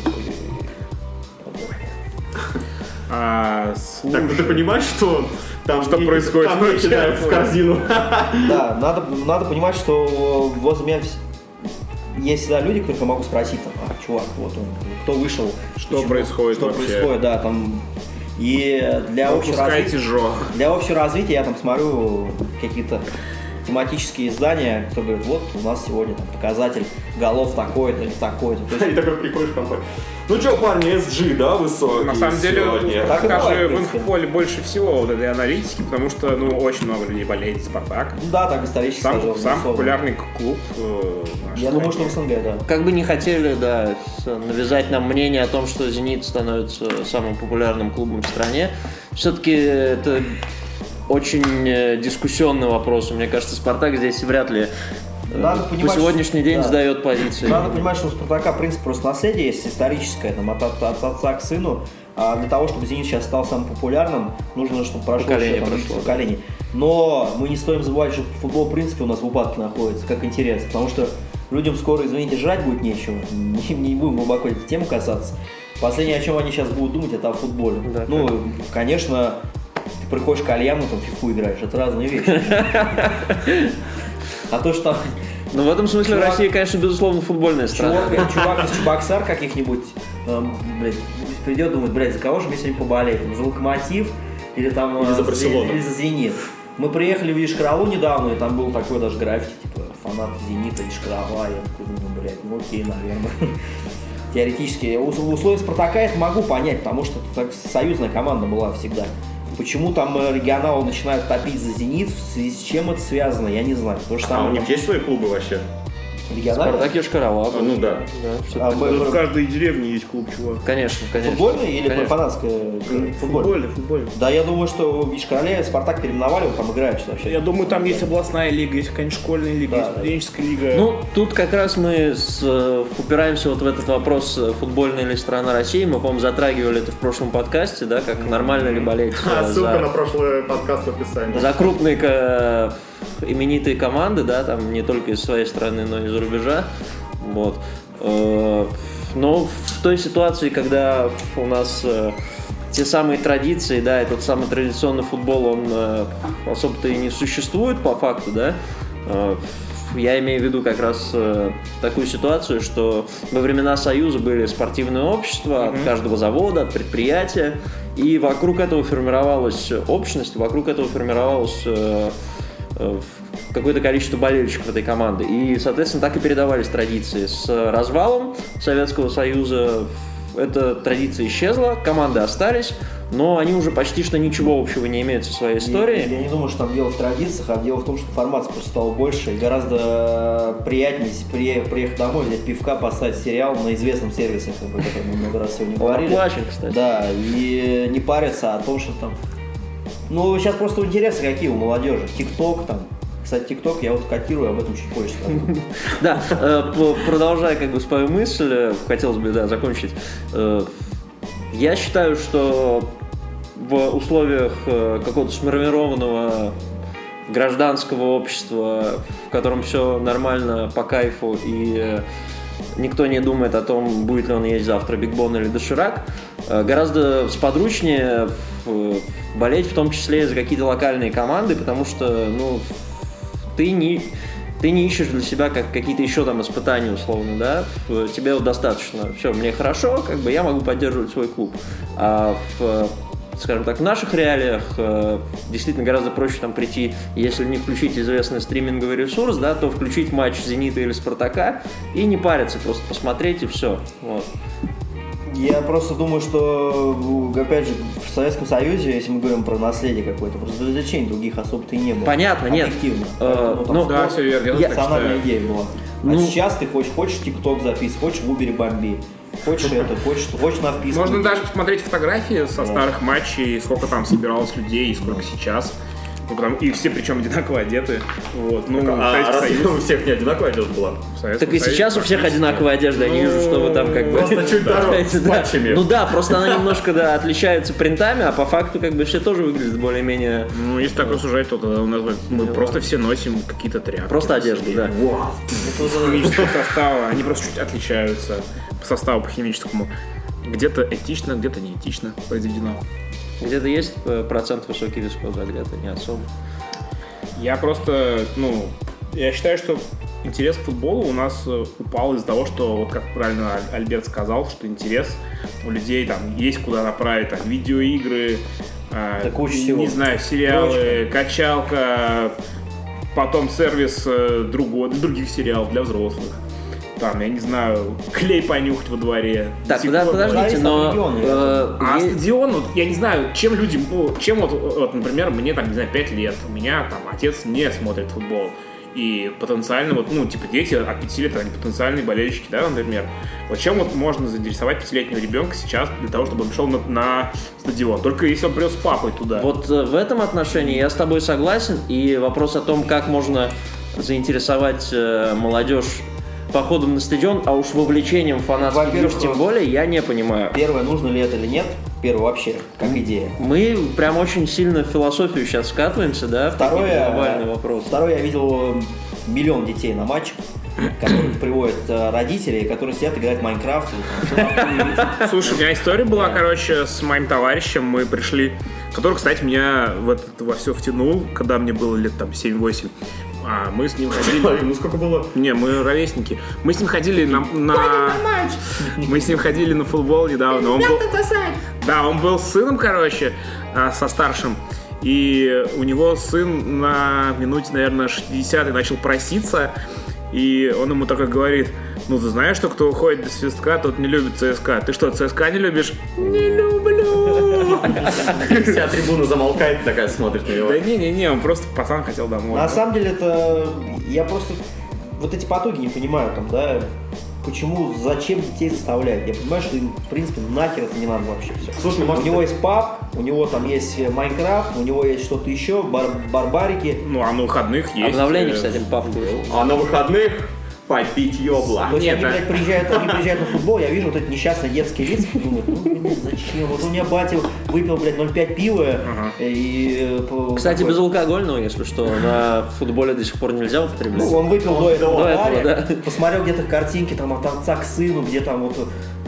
А, так, ну ты понимаешь, что там что происходит? Там не кидают в корзину. Да, надо, надо понимать, что возле меня есть всегда люди, которых я могу спросить, там, а, чувак, вот он, кто вышел, что почему, происходит что вообще? происходит, да, там. И для общего, развития, для общего развития я там смотрю какие-то тематические издания, кто говорит, вот у нас сегодня там, показатель голов такой-то или такой-то. И такой приходишь в компанию. Ну что, парни, эс джи, да, высокий? На самом деле, так даже в инфополе больше всего вот этой аналитики, потому что, ну, очень много людей болеет «Спартак». Да, так исторически Сам, сложилось. сам популярный клуб. Э, Я думаю, что в СНГ, да. Как бы не хотели, да, навязать нам мнение о том, что «Зенит» становится самым популярным клубом в стране, все-таки это очень дискуссионный вопрос. Мне кажется, «Спартак» здесь вряд ли Надо по понимать, сегодняшний день да. сдает позиции. Надо понимать, что у «Спартака», в принципе, просто наследие есть историческое, там, от, от, от отца к сыну. А для того, чтобы «Зенит» сейчас стал самым популярным, нужно, чтобы прошло поколение еще там, прошло, поколений. Но мы не стоим забывать, что футбол, в принципе, у нас в упадке находится, как интерес. Потому что людям скоро, извините, жрать будет нечего. Не, не будем глубоко эту тему касаться. Последнее, о чем они сейчас будут думать, это о футболе. Да, ну, как? конечно, ты приходишь к кальяну, там, фифу играешь. Это разные вещи. А то, что... Ну, в этом смысле чувак, Россия, конечно, безусловно, футбольная страна. Чувак, чувак из Чебоксар каких-нибудь, эм, блядь, придет, думает, блядь, за кого же мне сегодня поболеть? За «Локомотив» или там... Или за Барселону. Или за «Зенит». Мы приехали в Ишкаралу недавно, и там был такой даже граффити, типа, фанат «Зенита», Ишкарала. Я такой думаю, блядь, ну окей, наверное. Теоретически. Условия «Спартака» это могу понять, потому что это так союзная команда была всегда. Почему там регионалы начинают топить за «Зенит», в связи с чем это связано, я не знаю. То же А самое, у них есть свои клубы вообще? «Спартак» Йошкар-Ола. Ну да. да а, мы, в каждой деревне есть клуб, чувак. Конечно, конечно. Футбольный или конечно. фанатская? Футбольный. Футбольный, футбольный. Да, я думаю, что в Ишкарале «Спартак» переименовали, вот там играют что вообще. Я думаю, там есть областная лига, есть, конечно, школьная лига, Да, есть студенческая лига. Ну, тут как раз мы с, упираемся вот в этот вопрос, футбольная ли страна России. Мы, по-моему, затрагивали это в прошлом подкасте, да, как нормально ли болеть А, за, ссылка на прошлый подкаст в описании. за крупные ка- именитые команды, да, там не только из своей страны, но и из-за рубежа. Вот. Но в той ситуации, когда у нас те самые традиции, да, и тот самый традиционный футбол, он особо-то и не существует по факту, да, я имею в виду как раз такую ситуацию, что во времена Союза были спортивные общества mm-hmm. от каждого завода, от предприятия, и вокруг этого формировалась общность, вокруг этого формировалась какое-то количество болельщиков этой команды. И, соответственно, так и передавались традиции. С развалом Советского Союза эта традиция исчезла, команды остались, но они уже почти что ничего общего не имеют со своей историей. Я, я не думаю, что там дело в традициях, а дело в том, что информации просто стало больше, и гораздо приятнее при, приехать домой, взять пивка, поставить сериал на известном сервисе, о котором мы много раз сегодня говорили. Оплачен, кстати. Да, и не париться о том, что там... Ну, сейчас просто интересы какие у молодежи. ТикТок там. Кстати, ТикТок я вот котирую, об этом чуть позже скажу. Да, продолжая как бы свою мысль, хотелось бы, да, закончить. Я считаю, что в условиях какого-то сформированного гражданского общества, в котором все нормально, по кайфу, и никто не думает о том, будет ли он есть завтра Биг-Бон или Доширак, гораздо сподручнее болеть в том числе за какие-то локальные команды, потому что, ну, ты не, ты не ищешь для себя как какие-то еще там испытания, условно, да, тебе вот достаточно, все, мне хорошо, как бы я могу поддерживать свой клуб, а в, скажем так, в наших реалиях действительно гораздо проще там прийти, если не включить известный стриминговый ресурс, да, то включить матч «Зенита» или «Спартака» и не париться, просто посмотреть и все, вот. Я просто думаю, что, опять же, в Советском Союзе, если мы говорим про наследие какое-то, просто развлечений других особо-то и не было. Понятно, нет. Объективно. Э, Поэтому, ну, там, да, все верно. я национальная идея была. Ну, а сейчас ты хочешь, хочешь ТикТок записывать, хочешь в Убере бомби, хочешь это, хочешь, хочешь на вписку. Можно даже посмотреть фотографии со да. старых матчей, сколько там собиралось людей и сколько сейчас. Ну, потому, и все причем одинаково одеты. Вот. Ну, а раз у всех не одинаковая одежда была? Так и сейчас у всех одинаковая одежда. Я не вижу, что вы там как бы... Просто чуть дороже, с патчами. Ну да, просто она немножко да, отличается принтами, а по факту как бы все тоже выглядят более-менее... Ну, если так рассуждать, то тогда у нас мы просто все носим какие-то тряпки. Просто одежду, да. Вау. Химического состава, они просто чуть отличаются по составу, по химическому. Где-то этично, где-то неэтично произведено. Где-то есть процент высокий вискоза, а где-то не особо. Я просто, ну, я считаю, что интерес к футболу у нас упал из-за того, что, вот как правильно Альберт сказал, что интерес у людей там есть куда направить, там, видеоигры, э, не знаю, сериалы, Точно. качалка, потом сервис э, другой, других сериалов для взрослых. Там, я не знаю, клей понюхать во дворе. Так, подо- подождите, но... Э, а и... стадион, вот, я не знаю, чем люди... Ну, чем вот, вот, например, мне там, не знаю, пять лет, у меня там отец не смотрит футбол. И потенциально, вот, ну, типа, дети от пяти лет, они потенциальные болельщики, да, например. Вот чем вот можно заинтересовать пятилетнего ребенка сейчас для того, чтобы он пришел на, на стадион? Только если он придет с папой туда. Вот в этом отношении я с тобой согласен. И вопрос о том, как можно заинтересовать э, молодежь походом на стадион, а уж вовлечением фанатских душ тем более, я не понимаю. Первое, нужно ли это или нет? Первое, вообще, как идея. Мы прям очень сильно в философию сейчас скатываемся, да, второе, в такие глобальные вопросы. Второе, я видел миллион детей на матчах, которых приводят родители, которые сидят, играют в Майнкрафт. Слушай, у меня история была, короче, с моим товарищем. Мы пришли, который, кстати, меня в это во все втянул, когда мне было лет там семь-восемь. А мы с ним ходили... Ему сколько было? Не, мы ровесники. Мы с ним ходили на... на... Мы с ним ходили на футбол недавно. Он был... Да, он был с сыном, короче, со старшим. И у него сын на минуте, наверное, шестидесятой начал проситься. И он ему такой говорит: ну, ты знаешь, что кто уходит без свистка, тот не любит ЦСКА. Ты что, ЦСКА не любишь? Не люблю. Вся трибуна замолкает, такая смотрит на него. Да не-не-не, он просто пацан хотел домой. На самом деле это... Я просто вот эти потуги не понимаю, там, да, почему, зачем детей заставлять? Я понимаю, что им, в принципе, нахер это не надо вообще все. Слушай, может, у него есть паб, у него там есть Майнкрафт, у него есть что-то еще, бар- барбарики. Ну, а на выходных есть... Обновление, кстати, паб. А на выходных попить ёбла. То есть они, блядь, приезжают, они приезжают на футбол, я вижу вот эти несчастные детские лица, думают, ну, блин, зачем? Вот у меня батя выпил, блядь, ноль пять пива ага. и... Кстати, такой... безалкогольного, если что, на футболе до сих пор нельзя употреблять. Ну, он выпил до этого, до этого да. Посмотрел где-то картинки там от отца к сыну, где там вот...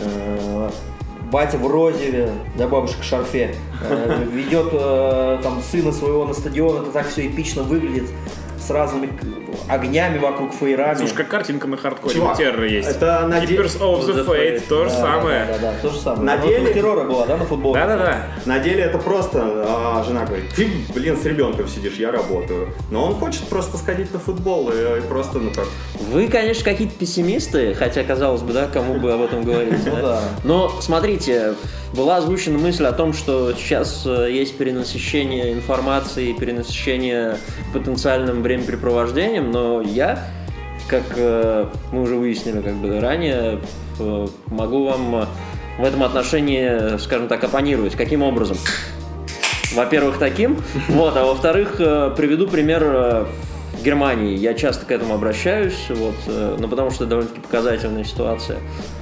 Э- батя в розе, да, бабушка в шарфе, э, ведет э, там сына своего на стадион, это так все эпично выглядит, с разными огнями вокруг, фейрами. Слушай, как картинка на хардкоре террора есть. Это на Keepers of the Fate, то же самое. Да, да, да, то же самое. На деле... террора была, да, на футболе? Да, да, да. На деле это просто, а, жена говорит, ты, блин, с ребенком сидишь, я работаю. Но он хочет просто сходить на футбол и, и просто, ну как... Вы, конечно, какие-то пессимисты, хотя, казалось бы, да, кому бы об этом говорить. Да? Но, смотрите, была озвучена мысль о том, что сейчас есть перенасыщение информации, перенасыщение потенциальным времяпрепровождением, но я, как мы уже выяснили как бы ранее, могу вам в этом отношении, скажем так, оппонировать. Каким образом? Во-первых, таким, вот, а во-вторых, приведу пример Германии. Я часто к этому обращаюсь, вот, ну, потому что это довольно-таки показательная ситуация.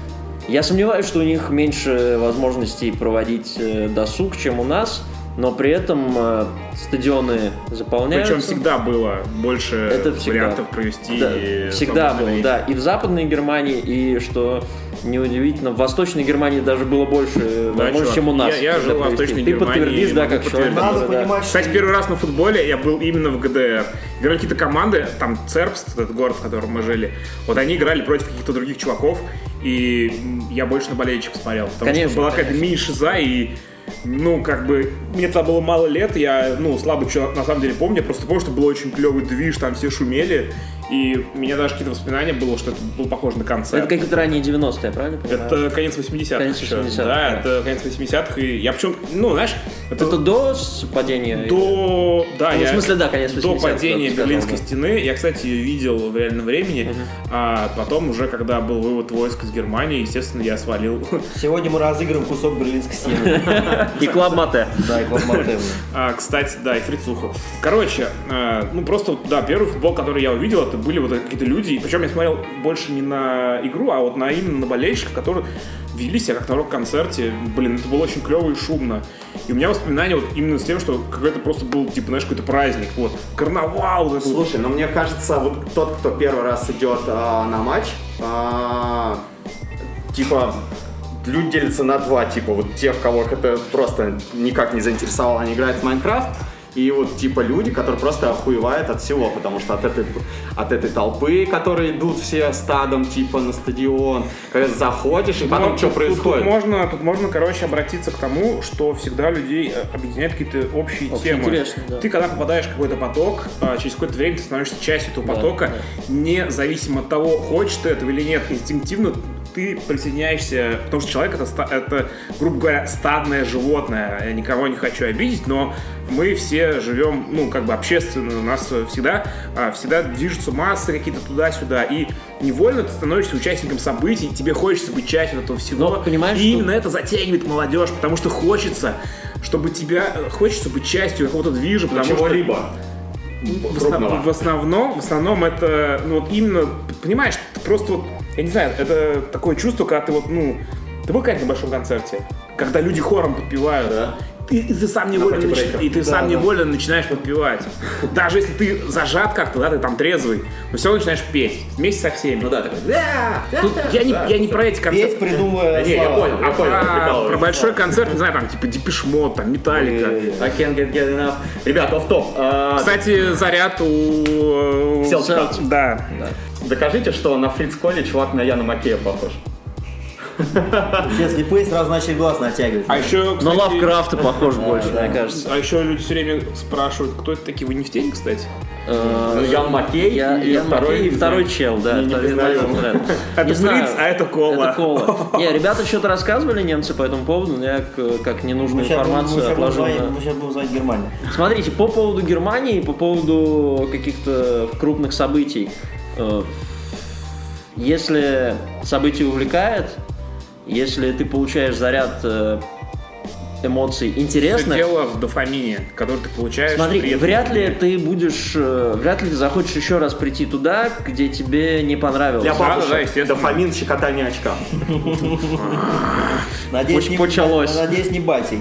Я сомневаюсь, что у них меньше возможностей проводить досуг, чем у нас, но при этом э, стадионы заполняются. Причем всегда было больше это всегда. вариантов провести. Да, всегда было, время. Да. И в Западной Германии, и, что неудивительно, в Восточной Германии даже было больше да, возможностей, чем у нас. Я, я жил в Восточной Ты Германии. Ты подтвердишь, да, как человек. Надо понимать, Кстати, что... первый раз на футболе я был именно в ГДР. Играли какие-то команды, там Цербст, этот город, в котором мы жили, вот они играли против каких-то других чуваков, и я больше на болельщиков смотрел. Потому конечно, что была какая-то мини-шиза, и ну, как бы, мне тогда было мало лет, я, ну, слабо что на самом деле помню, я просто помню, что был очень клевый движ, там все шумели, И у меня даже какие-то воспоминания было, что это было похоже на концерт. Это какие-то ранние девяностые, правильно понимаю? Это конец восьмидесятых. Конец восьмидесятых. Да, Да, это конец восьмидесятых. И я почему, ну, знаешь... Это, это до падения? До... Да, ну, я... в смысле, да, конец восьмидесятых. До падения Берлинской да. стены. Я, кстати, ее видел в реальном времени. Uh-huh. А потом уже, когда был вывод войск из Германии, естественно, я свалил. Сегодня мы разыгрываем кусок Берлинской стены. И Клаб Мате. Да, и Клаб Мате. Кстати, да, и фрицуху. Короче, ну просто, да, первый футбол, который я увидел, это были вот какие-то люди. Причем я смотрел больше не на игру, а вот на именно на болельщиков, которые вели себя как на рок-концерте. Блин, это было очень клево и шумно. И у меня воспоминания вот именно с тем, что какой-то просто был, типа, знаешь, какой-то праздник. Вот, карнавал. Вот. Слушай, ну мне кажется, вот тот, кто первый раз идет а, на матч, а, типа, люди делятся на два, типа, вот тех, кого это просто никак не заинтересовало, они играют в Майнкрафт. И вот типа люди, которые просто охуевают от всего, потому что от этой, от этой толпы, которые идут все стадом типа на стадион, когда заходишь, и потом ну, что тут, происходит? Тут можно, тут можно, короче, обратиться к тому, что всегда людей объединяют какие-то общие Общие темы. интересные, да. Ты когда попадаешь в какой-то поток, через какое-то время ты становишься частью этого Да, потока, да. независимо от того, хочешь ты этого или нет, инстинктивно ты присоединяешься, потому что человек это, это, грубо говоря, стадное животное. Я никого не хочу обидеть, но мы все живем, ну, как бы общественно, у нас всегда, всегда движутся массы какие-то туда-сюда, и невольно ты становишься участником событий, тебе хочется быть частью этого всего, но, понимаешь, и что... именно это затягивает молодежь, потому что хочется, чтобы тебя, хочется быть частью какого-то движа, потому чего-либо. В, основ, в основном, в основном это, ну, вот именно, понимаешь, просто вот, я не знаю, это такое чувство, когда ты вот, ну, ты был как-нибудь на большом концерте, когда люди хором подпевают, да. И, и ты сам невольно, нач... и ты да, сам да. невольно начинаешь подпевать. Даже если ты зажат как-то, да, ты там трезвый, но все равно начинаешь петь вместе со всеми. Ну да, такой. Да, Тут да, я, не, да, я не про эти концерты. Петь, придумывая не, я понял, я понял. А, про большой концерт, не знаю, там типа Депеш Мод, там Металлика. I can't get, get enough. Ребят, офф-топ. А... Кстати, заряд у... Селчка. Да. да. Докажите, что на Фриц Коле чувак на Яна Макея похож. Все слепые сразу начали глаз натягивать. А еще, кстати, на Лавкрафта похож да, больше, да. мне кажется. А еще люди все время спрашивают, кто это такие, вы не в теме, кстати? Ну, Ян Маккей я, и я второй, и второй чел, да. Не, второй, не знаю. Это Фриц, а это Кола. Это Кола. Не, ребята что-то рассказывали, немцы, по этому поводу, но я как ненужную информацию мы отложил. Мы сейчас будем звонить Германию. Смотрите, по поводу Германии, по поводу каких-то крупных событий. Если событие увлекает, если ты получаешь заряд эмоций интересных... Все дело в дофамине, который ты получаешь. Смотри, вряд ли ты будешь... Вряд ли ты захочешь еще раз прийти туда, где тебе не понравилось. Я бабушка, да, дофамин, щекотание очка. Надеюсь, почалось. Надеюсь, не батей.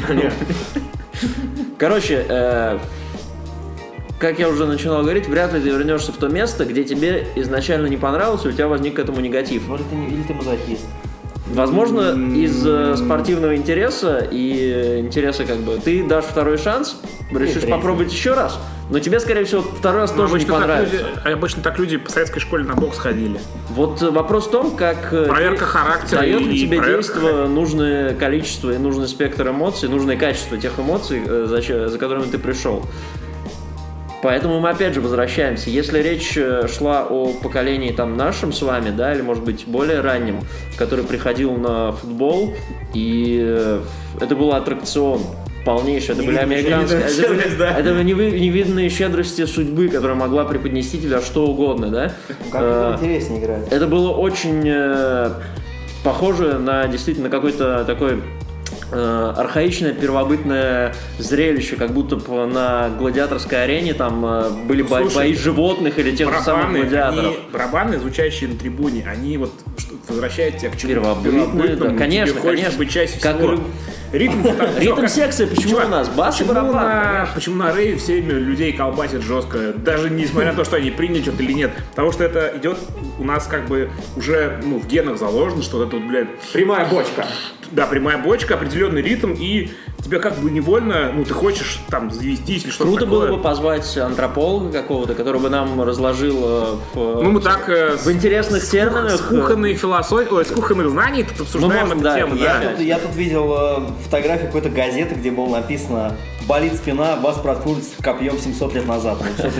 Короче, как я уже начинал говорить, вряд ли ты вернешься в то место, где тебе изначально не понравилось, и у тебя возник к этому негатив. Может, ты, или ты мазохист. Возможно, из э, спортивного интереса и интереса как бы ты дашь второй шанс, решишь попробовать еще раз, но тебе, скорее всего, второй раз но тоже не понравится. Люди, обычно так люди по советской школе на бокс ходили. Вот вопрос в том, как проверка характера дает ли тебе проверка... действо нужное количество и нужный спектр эмоций, нужное качество тех эмоций, за, за которыми ты пришел. Поэтому мы опять же возвращаемся. Если речь шла о поколении там нашем с вами, да, или может быть более раннем, который приходил на футбол, и это был аттракцион полнейший, это были американские, это были, да. это были невиданные щедрости судьбы, которая могла преподнести тебя что угодно, да. Как это интереснее играть. Это было очень похоже на действительно какой-то такой архаичное первобытное зрелище, как будто на гладиаторской арене там были бои, Слушай, бои животных или тех барабаны, же самых гладиаторов. Они, барабаны, звучащие на трибуне, они вот возвращают тебя к чему-то первобытному. Да, конечно, конечно. Быть частью как всего. Ритм, ритм секции, почему чувак, у нас? Бас и барабан. На, почему на рейве все людей колбасит жестко, даже несмотря на то, что они приняли что-то или нет. Потому что это идет у нас как бы уже ну, в генах заложено, что это вот, блядь... Прямая бочка. Да, прямая бочка, определенный ритм, и тебя как бы невольно, ну, ты хочешь там завестись или что-то Круто такое. было бы позвать антрополога какого-то, который бы нам разложил в, ну, мы так, в интересных с, терминах. С кухонной философии, ой, с кухонных знаний тут обсуждаем эту да, тему. Я, да. тут, я тут видел фотографию какой-то газеты, где было написано болит спина, вас проткнули копьем семьсот лет назад.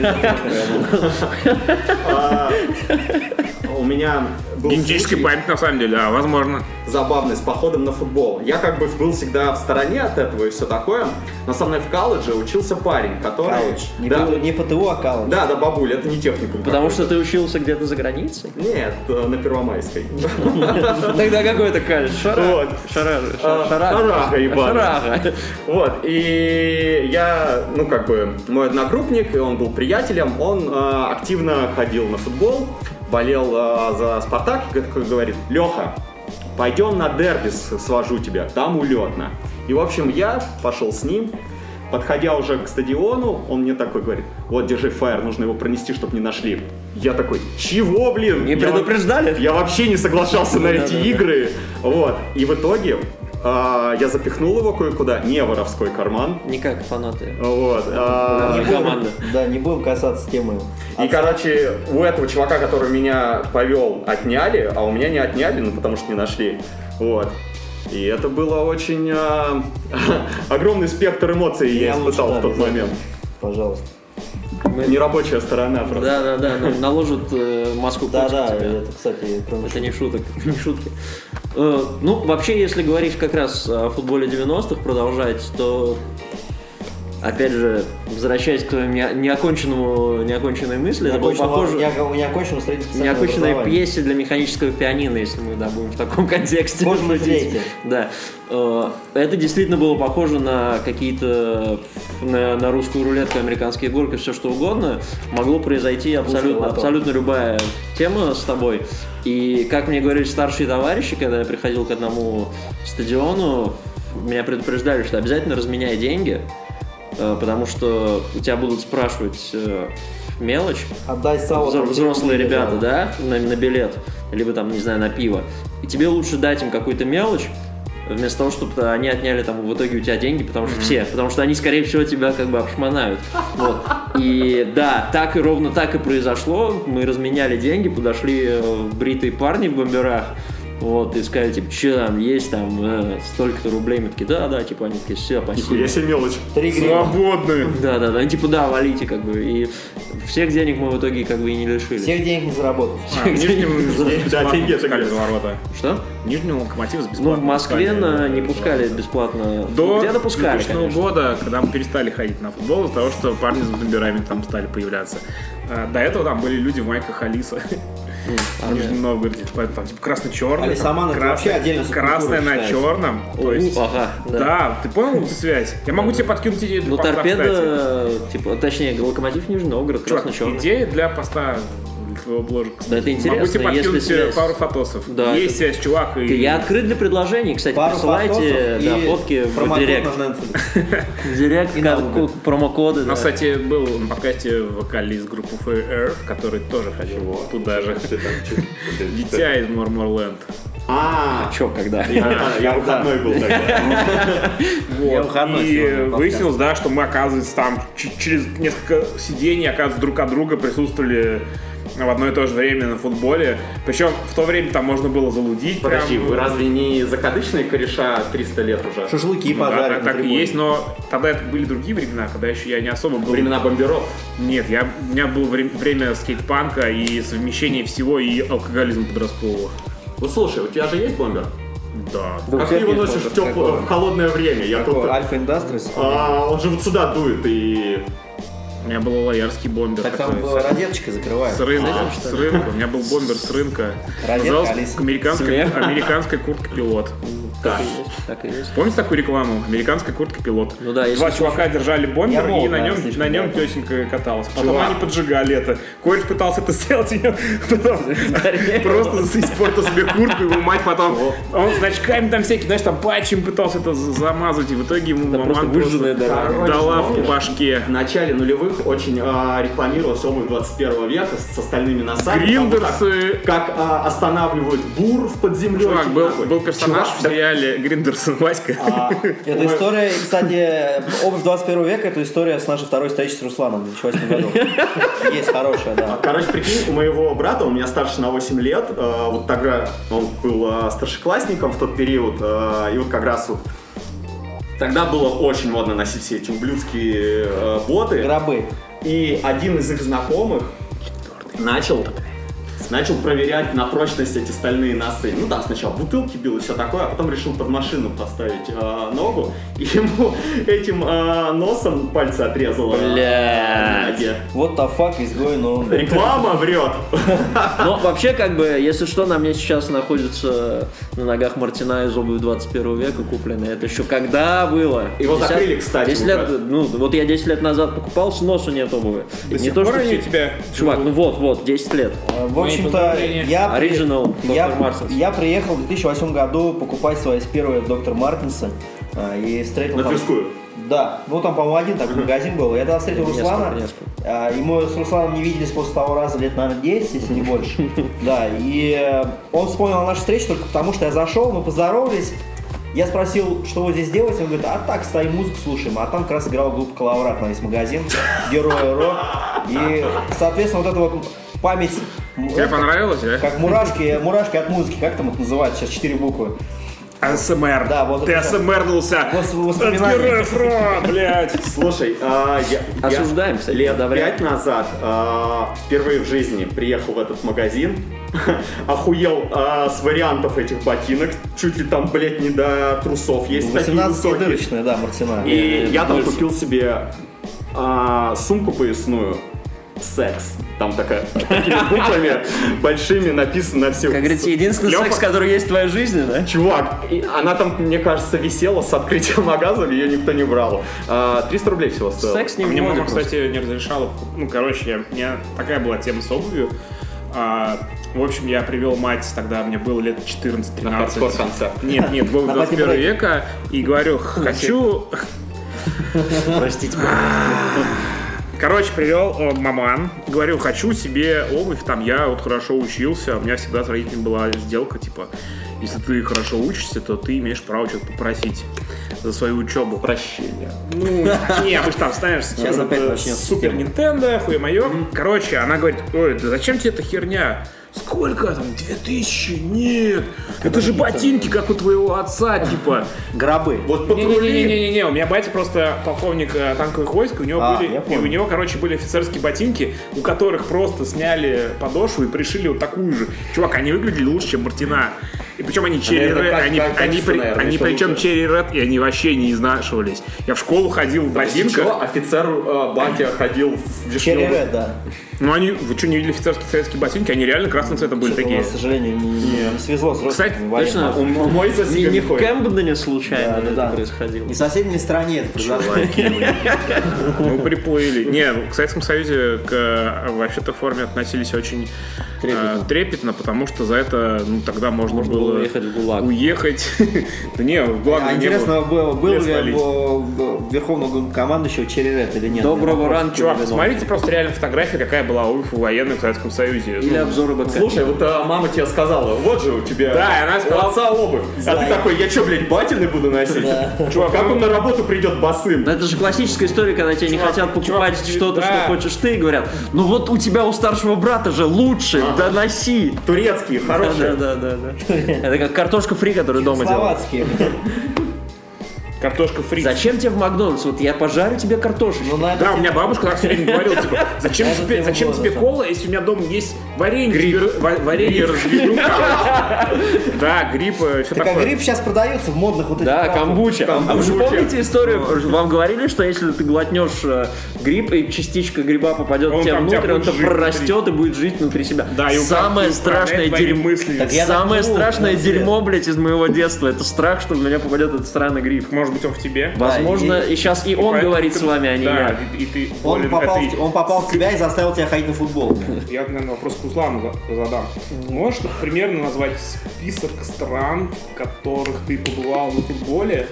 У меня был генетический память, на самом деле, да, возможно. Забавный, с походом на футбол. Я как бы был всегда в стороне от этого и все такое. Но со мной в колледже учился парень, который... Колледж. Не, да. ПТУ, не ПТУ, а колледж. Да, да, бабуль, это не техникум. Потому что ты учился где-то за границей? Нет, на Первомайской. Тогда какой это колледж? Шарага. Шарага, ебаный. Вот, и я, ну как бы, мой одногруппник, и он был приятелем, он активно ходил на футбол, болел за Спартак, и такой говорит: Леха, пойдем на дерби, свожу тебя, там улетно. И, в общем, я пошел с ним. Подходя уже к стадиону, он мне такой говорит: вот, держи фаер, нужно его пронести, чтобы не нашли. Я такой: чего, блин? Не предупреждали? Я вообще не соглашался на эти игры. Вот. И в итоге я запихнул его кое-куда, не воровской карман. Не как фанаты. Вот. Не будем, да, не будем касаться темы. И, короче, у этого чувака, который меня повел, отняли, а у меня не отняли, ну, потому что не нашли. Вот. И это было очень а, огромный спектр эмоций я, я испытал лучше, в тот да, момент. Пожалуйста. Мы... Нерабочая сторона просто. Да, да, да, наложат э, маску да, котика да, тебе. Это, кстати, кроме это не шуток, не шутки. Э, ну, вообще, если говорить как раз о футболе девяностых, продолжать, то опять же, возвращаясь к твоему неоконченному, неоконченной мысли, это было похоже... Неоконченному строительству неоконченной пьесе для механического пианино, если мы, да, будем в таком контексте. Можно шутить. Да. Это действительно было похоже на какие-то... На, на русскую рулетку, американские горки, все что угодно. Могло произойти абсолютно, абсолютно любая тема с тобой. И, как мне говорили старшие товарищи, когда я приходил к одному стадиону, меня предупреждали, что обязательно разменяй деньги, потому что у тебя будут спрашивать э, мелочь. Отдай сало. Взрослые ребята, да, на, на билет, либо там, не знаю, на пиво. И тебе лучше дать им какую-то мелочь, вместо того, чтобы они отняли там в итоге у тебя деньги, потому что mm-hmm. все, потому что они, скорее всего, тебя как бы обшмонают. Вот. И да, так и ровно так и произошло. Мы разменяли деньги, подошли бритые парни в бомберах. Вот, и сказали, типа, что там есть, там, э, столько-то рублей. Мы такие, да, да, типа, они такие, все, спасибо. Нихуя себе мелочь. Свободные. Да, да, да, они типа, да, валите, как бы, и всех денег мы в итоге, как бы, и не лишили. Всех денег не заработал. А, в Нижнем бесплатно пускали за ворота. Что? Нижний Локомотив бесплатно. Ну, в Москве не пускали бесплатно. До где-то пускали, две тысячного года, когда мы перестали ходить на футбол, из-за того, что парни с бомберами там стали появляться. До этого там были люди в майках Алиса. В Нижнем Новгороде, там типа красно-черный, Алисаман это вообще отдельно красное на черном. То есть, ага, да. да, ты понял связь? Я могу тебе подкинуть идею для ну, поста, торпеда, типа, точнее, Локомотив Нижний Новгород, красно-черный. Идея для поста твоего бложа. Да, это интересно. Могу тебе подкинуть связь... пару фотосов. Да, есть это... связь, чувак. И... Я открыт для предложений, кстати, пару присылайте да, фотки в директ. В директ, промокоды. У нас, кстати, был на подкасте вокалист группы Fire, который тоже ходил туда же. Дитя из Морморленд. А, чё, когда? Я выходной был тогда. Вот. И выяснилось, да, что мы, оказывается, там через несколько сидений, оказывается, друг от друга присутствовали в одно и то же время на футболе. Причем в то время там можно было залудить. Подожди, прям... вы разве не закадычные кореша триста лет уже? Шашлыки ну, пожарить. Да, так, так и есть, но тогда это были другие времена, когда еще я не особо был... Времена бомберов? Нет, я, у меня было время, время скейт-панка и совмещение всего и алкоголизма подросткового. Ну слушай, у тебя же есть бомбер? Да. да как ты его носишь в, теп... в холодное время? Я тут... Альфа Индастриз? А, он же вот сюда дует и... У меня был лоярский бомбер. Так там была розеточка закрывает. С рынка, а, с рынка. У меня был бомбер с рынка. Назывался американская, американская куртка-пилот. Так и есть, так и есть. Помните такую рекламу? Американская куртка-пилот. Ну да, Два чувака держали бомбер, мог, и на да, нем, на нем да. тесенька каталась. Потом Чувак. они поджигали это. Кореш пытался это сделать, и потом просто испортил себе куртку, его мать потом... Он с очками там всякие, знаешь, там патчем пытался это замазать, и в итоге ему маман выжженная дала в башке. В начале нулевых очень рекламировался обувь двадцать первого века с остальными носами. Гриндерсы. Как а, останавливают бур в под землей. Чувак, был, был персонаж Чувак, в сериале Гриндерс Васька. А, эта история, кстати, обувь двадцать первого века, это история с нашей второй встречи с Русланом в две тысячи восьмом году. Есть хорошая, да. Короче, прикинь, у моего брата, он меня старше на восемь лет, э, вот тогда он был э, старшеклассником в тот период, э, и вот как раз вот тогда было очень модно носить все эти ублюдские э, боты. Гробы. И один из их знакомых начал, начал проверять на прочность эти стальные носы. Ну там сначала бутылки бил и все такое, а потом решил под машину поставить э, ногу. И ему этим э, носом пальцы отрезало. Бля. What the fuck is going on? Реклама врет. Но вообще, как бы, если что, на мне сейчас находится на ногах Мартина из обуви двадцать первого века купленной. Это еще когда было? Его закрыли, кстати, десять лет, ну, вот я десять лет назад покупал, с носу нет обуви. До Не сих то, пор что они все... тебя... Чувак, ну вот, вот, десять лет. В общем-то, я, при... Original я, доктор Мартинс. я приехал в две тысячи восьмом году покупать свои первые доктор Мартинсы и встретил На там... Тверскую? Да, ну там, по-моему, один такой магазин был. Я тогда встретил Руслана, несколько. И мы с Русланом не виделись после того раза лет, наверное, десять, если не больше. Да, и он вспомнил о нашей встрече только потому, что я зашел, мы поздоровались. Я спросил, что вы здесь делаете, он говорит, а так, стоим, музыку слушаем. А там как раз играл группа Коловрат на весь магазин, Герои Рок. И, соответственно, вот эта вот память... Тебе понравилось, да? Как мурашки, мурашки от музыки, как там это называется, сейчас четыре буквы. АСМР. Да, вот Ты это АСМРнулся. От Героев Ро, блядь. Слушай, а, я, осуждаем, кстати, лет одобряем. пять назад а, впервые в жизни приехал в этот магазин, охуел а, с вариантов этих ботинок, чуть ли там, блядь, не до трусов есть такие высокие. восемнадцатидырочные, да, Мартина. И я там больше. купил себе а, сумку поясную. Секс. Там такая, такими буквами большими написано на всех. Как говорится, единственный Лёха- секс, который есть в твоей жизни, да? Чувак, и она там, мне кажется, висела с открытием магаза, ее никто не брал. А, триста рублей всего стоило. Секс не А мне мама, вводит просто. кстати, не разрешала. Ну, короче, я, у меня такая была тема с обувью. А, в общем, я привел мать, тогда мне было лет четырнадцать-тринадцать. На хардкор-концерт. Нет, нет, был На двадцать первого пати-бреке. века. И говорю, хочу... Простите. Короче, привел э, маман, говорю, хочу себе обувь, там я вот хорошо учился, у меня всегда с родителями была сделка, типа, если ты хорошо учишься, то ты имеешь право что-то попросить за свою учебу. Прощение. Ну, не, мы же там становишься Сейчас опять начнется Супер тема. Нинтендо, хуе мое. Короче, она говорит, ой, да зачем тебе эта херня? Сколько там? Две тысячи? Нет. Это же ботинки, как у твоего отца, типа. Гробы. Вот патрули. Не-не-не-не-не, у меня батя просто полковник э, танковых войск, у него А, были, я и понял. у него, короче, были офицерские ботинки, у которых просто сняли подошву и пришили вот такую же. Чувак, они выглядели лучше, чем Мартина. И причем они черри наверное, ред, как- они, как- они, качество, при- наверное, они еще причем лучше. черри ред, и они вообще не изнашивались. Я в школу ходил в ботинках. Что? Офицер э, батя ходил в Черри вишневых. Ред, да. Ну они, вы что, не видели офицерские советские ботинки? Они реально красным цветом были Что-то у такие. нас, к сожалению, не, не- не свезло с Кстати, родственниками военными. Точно, Мой за не, не в ходит. Кэмпдене случайно Да, да, это да. происходило. Не в соседней стране это произошло. Мы приплыли. Не, ну, к Советскому Союзу к э, вообще-то форме относились очень Трепетно. э, трепетно, потому что за это, ну, тогда можно, Можно было уехать в ГУЛАГ. Уехать. Да не, в ГУЛАГе А не интересно, было. был, был Лес ли валить. в- в Верховного командующего Черри Ред или нет? Доброго ранчо. Чувак, посмотрите просто реально фотографии, какая была обувь у военных в Советском Союзе. Или Ну, обзоры БК. Слушай, вот а, мама тебе сказала, вот же у тебя Да, и она у сказала- отца обувь. А ты такой, я что, блядь, батины буду носить? Чувак, как он на работу придет босым? Но это же классическая история, когда тебе не Чувак, хотят покупать чувак, что-то, да. что хочешь ты, и говорят, ну вот у тебя у старшего брата же лучше, да носи. Турецкие, Да, хорошие. да, да, да. Это как картошка фри, которую дома делают. Словацкие. Картошка фри. Зачем тебе в Макдональдс? Вот я пожарю тебе картошечку. Ну, на это Да, у тема- меня бабушка так все время говорила, типа, зачем Это тебе, тема зачем была, тебе да. кола, если у меня дома есть варенье, тебе ра- ва- варенье разведу. Да, гриб, все Так а такое. гриб сейчас продается в модных вот этих Да, крафтах. камбуча. А вы же Камбуча. помните историю? Вам говорили, что если ты глотнешь э, гриб, и частичка гриба попадет Он тебе там внутрь, тебя он будет то жить прорастет и будет жить внутри себя. Да, и Самое управляет страшное твоими дерьмо. мыслями. Так я Самое так думал, страшное на дерьмо, блядь, из моего детства. Это страх, что в меня попадет этот странный гриб. Может быть, он в тебе? Возможно, и- и сейчас и он поэтому говорит ты- с вами, а не да, я. и, и ты Он болен попал, этой- в, он попал в тебя и заставил тебя ходить на футбол. Я, наверное, вопрос к Руслану за- задам. Можешь примерно назвать список стран, в которых ты побывал на футболе?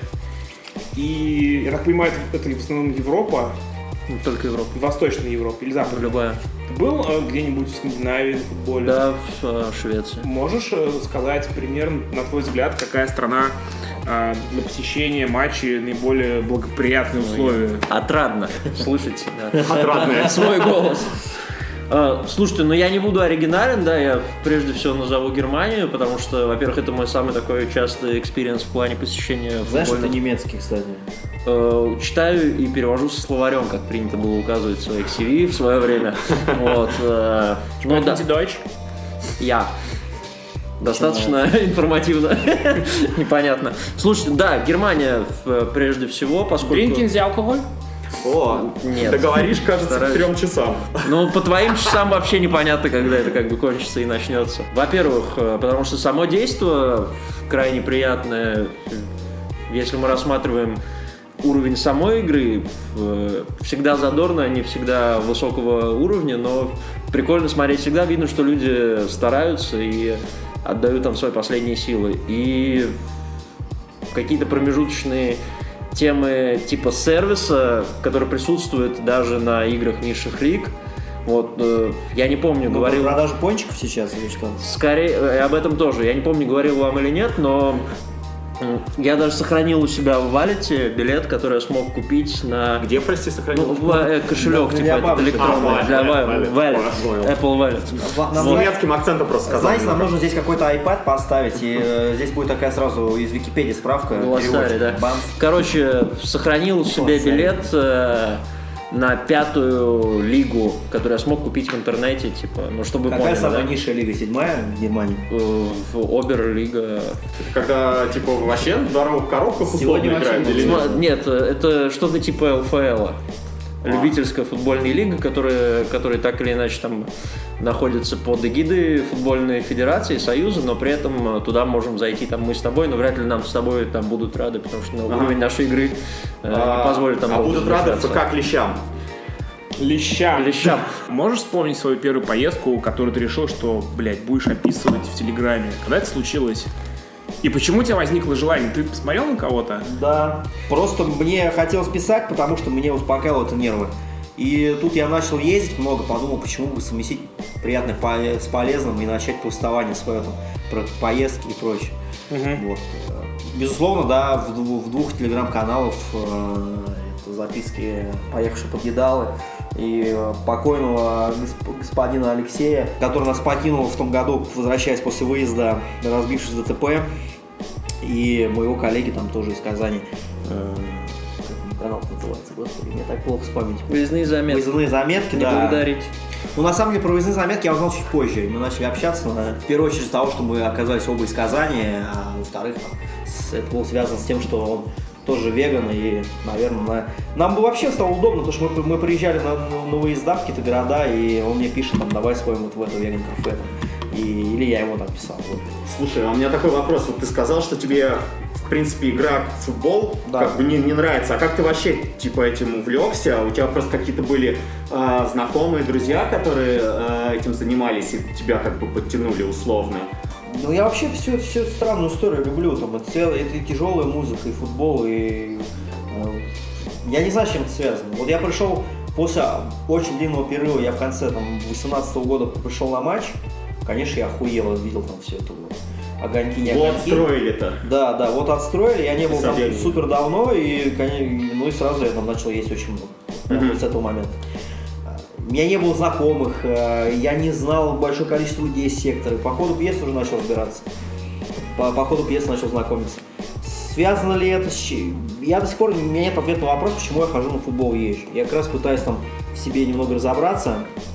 И, я так понимаю, это в основном Европа, Ну, Только Европа. Восточная Европа или Западная? Любая. Ты был э, где-нибудь в Скандинавии на футболе? Да, в э, Швеции. Можешь э, сказать примерно, на твой взгляд, какая страна э, для посещения матчей наиболее благоприятные условия? Отрадно. Слышите? Да. Отрадные. Свой голос. А, слушайте, ну я не буду оригинален, да, я прежде всего назову Германию, потому что, во-первых, это мой самый такой частый экспириенс в плане посещения футбольных. Знаешь, это немецкий, кстати. Э, читаю и перевожу со словарем, как принято было указывать в своих си ви в свое время. Вот. Ну да. Deutsch? Я. Достаточно информативно. Непонятно. Слушайте, да, Германия прежде всего, поскольку... Drinking the alcohol? О, нет. Договоришь, кажется, Стараюсь. к трем часам. Ну, по твоим часам вообще непонятно, когда это как бы кончится и начнется. Во-первых, потому что само действие крайне приятное, если мы рассматриваем уровень самой игры, всегда задорно, не всегда высокого уровня, но прикольно смотреть, всегда видно, что люди стараются и отдают там свои последние силы. И какие-то промежуточные темы типа сервиса, которые присутствуют даже на играх низших лиг. Вот, э, я не помню, ну, говорил... Продажа пончиков сейчас или что? Скорее, об этом тоже. Я не помню, говорил вам или нет, но я даже сохранил у себя в валете билет, который я смог купить на... Где, прости, сохранил? Ну, в, э, кошелек, для, типа, для этот электронный, а, для wallet, wallet, wallet. Apple Wallet. С немецким акцентом просто сказал. Знаете, нам нужно здесь какой-то iPad поставить, и э, здесь будет такая сразу из Википедии справка. Глоссарий, да. Бамс. Короче, сохранил себе Глоссарий. билет э, на пятую лигу, которую я смог купить в интернете, типа, ну, чтобы вы Какая поняли, самая да? низшая лига? Седьмая в Германии? Э, В Оберлига. Когда, типа, вообще в здоровых коробках Сегодня условно играют вообще или нет? Сма- Нет, это что-то типа эл эф эл. Любительская футбольная лига, которая, которая так или иначе там находится под эгидой футбольной федерации, союза, но при этом туда можем зайти там мы с тобой, но вряд ли нам с тобой там будут рады, потому что ну, Ага. уровень нашей игры э, не позволит там А будут рады возвращаться. ФК клещам. Лещам. Лещам. Можешь вспомнить свою первую поездку, которую ты решил, что, блядь, будешь описывать в Телеграме? Когда это случилось? И почему у тебя возникло желание? Ты посмотрел на кого-то? Да. Просто мне хотелось писать, потому что мне успокаивало это нервы. И тут я начал ездить много, подумал, почему бы совместить приятное с полезным и начать повествование свое там, про поездки и прочее. Угу. Вот. Безусловно, да, в, в двух телеграм-каналах э, это записки поехавшие подъедалы и покойного госп- господина Алексея, который нас покинул в том году, возвращаясь после выезда, разбившись в ДТП, и моего коллеги там тоже из Казани. Э, как канал называется, господи, мне так плохо с памятью. Выездные заметки. Выездные заметки, Не да. благодарить. Ну, на самом деле, про выездные заметки я узнал чуть позже. Мы начали общаться, на- в первую очередь, из-за того, что мы оказались оба из Казани, а во-вторых, там, с- это было связано с тем, что он тоже веган, и, наверное, на... нам бы вообще стало удобно, потому что мы, мы приезжали на, на выезда в какие-то города, и он мне пишет, там, давай сходим вот в это веган-кафе, там. И, или я ему так писал. Вот. Слушай, а у меня такой вопрос. Вот ты сказал, что тебе, в принципе, игра в футбол Да. как бы не, не нравится. А как ты вообще, типа, этим увлекся? У тебя просто какие-то были э, знакомые, друзья, которые э, этим занимались и тебя как бы подтянули условно? Ну, я вообще всю, всю странную историю люблю. Там, это, целое, это и тяжелая музыка, и футбол, и... э, я не знаю, с чем это связано. Вот я пришел после очень длинного перерыва, я в конце там восемнадцатого года пришел на матч. Конечно, я охуел, видел там все это вот. Огоньки, не Вот огоньки. отстроили-то. Да, да, вот отстроили, я не был там Сабельный. супер давно, и, конечно, ну и сразу я там начал есть очень много. Прямо Мгм. вот с этого момента. У меня не было знакомых, э, я не знал большое количество людей из сектора. По ходу пьесы уже начал разбираться. По, по ходу пьесы начал знакомиться. Связано ли это с чем? Я до сих пор, у меня нет ответа на вопрос, почему я хожу на футбол и езжу. Я как раз пытаюсь там в себе немного разобраться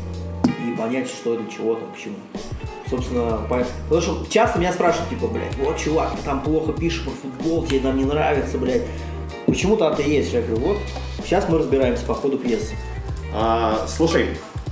и понять, что это, чего там, почему. Собственно, по... потому что часто меня спрашивают, типа, блядь, вот, чувак, ты там плохо пишешь про футбол, тебе там не нравится, блядь. Почему там ты есть? Я говорю, вот, сейчас мы разбираемся по ходу пьесы. А, слушай,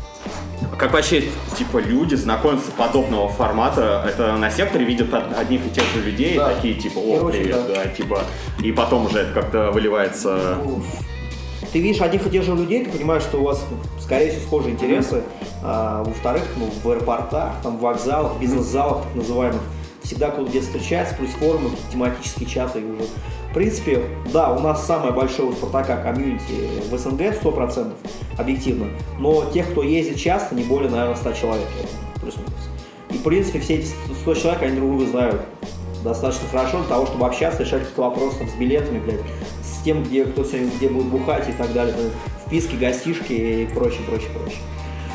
как вообще, типа, люди знакомятся подобного формата? Это на секторе видят од- одних и тех же людей, Да. такие, типа, о, Короче, привет, да. да, типа, и потом уже это как-то выливается... Ну, ты видишь одних и тех же людей, ты понимаешь, что у вас, скорее всего, схожие интересы. А, во-вторых, ну, в аэропортах, там, в вокзалах, бизнес-залах, так называемых, всегда кто-то где-то встречается, плюс форумы, тематические чаты. И уже. В принципе, да, у нас самое большое у Спартака комьюнити в СНГ, сто процентов, объективно. Но тех, кто ездит часто, не более, наверное, ста человек, плюс-минус. И, в принципе, все эти сто человек, они друг друга знают достаточно хорошо для того, чтобы общаться, решать какие-то вопросы там, с билетами, блядь, с тем, где кто сегодня где будет бухать и так далее, там, вписки, гостишки и прочее, прочее, прочее.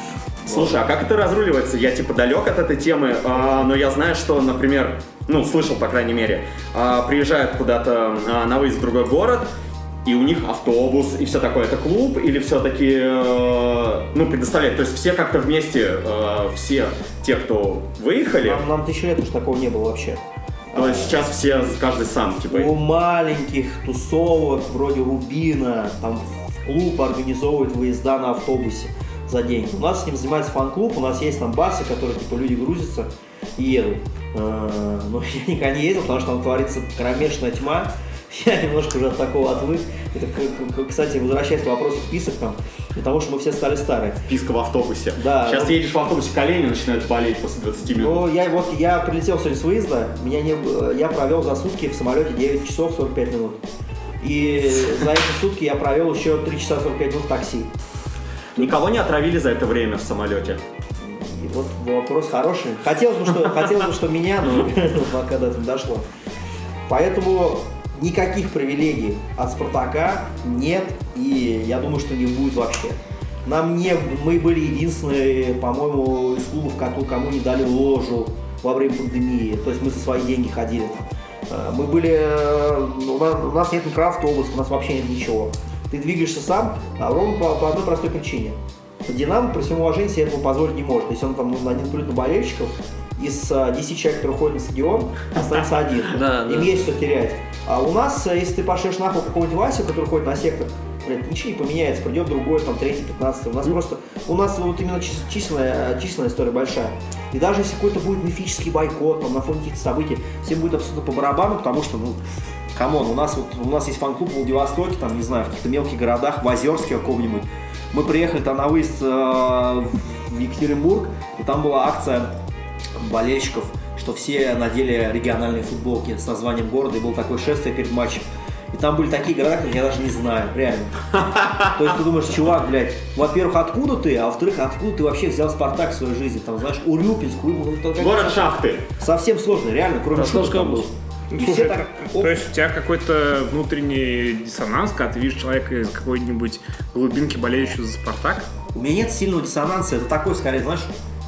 Слушай, а как это разруливается? Я типа далек от этой темы, а, но я знаю, что, например, ну, слышал, по крайней мере, а, приезжают куда-то а, на выезд в другой город, и у них автобус, и все такое. Это клуб или все-таки, э, ну, предоставляет? То есть все как-то вместе, э, все те, кто выехали... Нам, нам тысячу лет уж такого не было вообще. То есть сейчас все, каждый сам, типа... У маленьких тусовок, вроде Рубина, там в клуб организовывают выезда на автобусе за деньги. У нас с ним занимается фан-клуб, у нас есть там басы, которые, типа, люди грузятся и едут. Но я никогда не ездил, потому что там творится кромешная тьма. Я немножко уже от такого отвык. Это, кстати, возвращаясь к вопросу вписок там, потому что мы все стали старые. Вписка в автобусе. Да. Сейчас ну, едешь в автобусе, колени начинают болеть после двадцати минут. Ну, я, вот, я прилетел сегодня с выезда, меня не, я провел за сутки в самолете девять часов сорок пять минут. И за эти сутки я провел еще три часа сорок пять минут в такси. Никого не отравили за это время в самолете? И вот вопрос хороший. Хотелось бы, что, хотелось бы, что меня, но пока до этого дошло. Поэтому никаких привилегий от «Спартака» нет, и я думаю, что не будет вообще. Нам не, мы были единственные, по-моему, из клубов, кому не дали ложу во время пандемии. То есть мы за свои деньги ходили. Мы были, у нас нет микроавтобусов, у нас вообще нет ничего. Ты двигаешься сам, а ровно по, по одной простой причине. «Динамо», при всем уважении, себе этого позволить не может. Если он там на один плюс на болельщиков, из десяти человек, которые ходят на стадион, останется один. Да, Им да. есть что терять. А у нас, если ты пошлешь нахуй какого-нибудь Васю, который ходит на сектор, блядь, ничего не поменяется, придет другой, там, третий, пятнадцатый. У нас просто, у нас вот именно численная, численная история большая. И даже если какой-то будет мифический бойкот, там, на фоне каких-то событий, всем будет абсолютно по барабану, потому что, ну, камон, у нас вот, у нас есть фан-клуб в Владивостоке, там, не знаю, в каких-то мелких городах, в Озерске каком-нибудь. Мы приехали там на выезд э, в Екатеринбург, и там была акция болельщиков, что все надели региональные футболки с названием города, и было такое шествие перед матчем. И там были такие города, которые я даже не знаю, реально. То есть ты думаешь, чувак, блядь, во-первых, откуда ты, а во-вторых, откуда ты вообще взял «Спартак» в своей жизни? Там, знаешь, Урюпинск, Урюпинск. Город Шахты. Совсем сложно, реально, кроме шуток там был. Ну, слушай, так, то есть у тебя какой-то внутренний диссонанс, когда ты видишь человека из какой-нибудь глубинки, болеющего за «Спартак»? У меня нет сильного диссонанса, это такой, скорее, знаешь,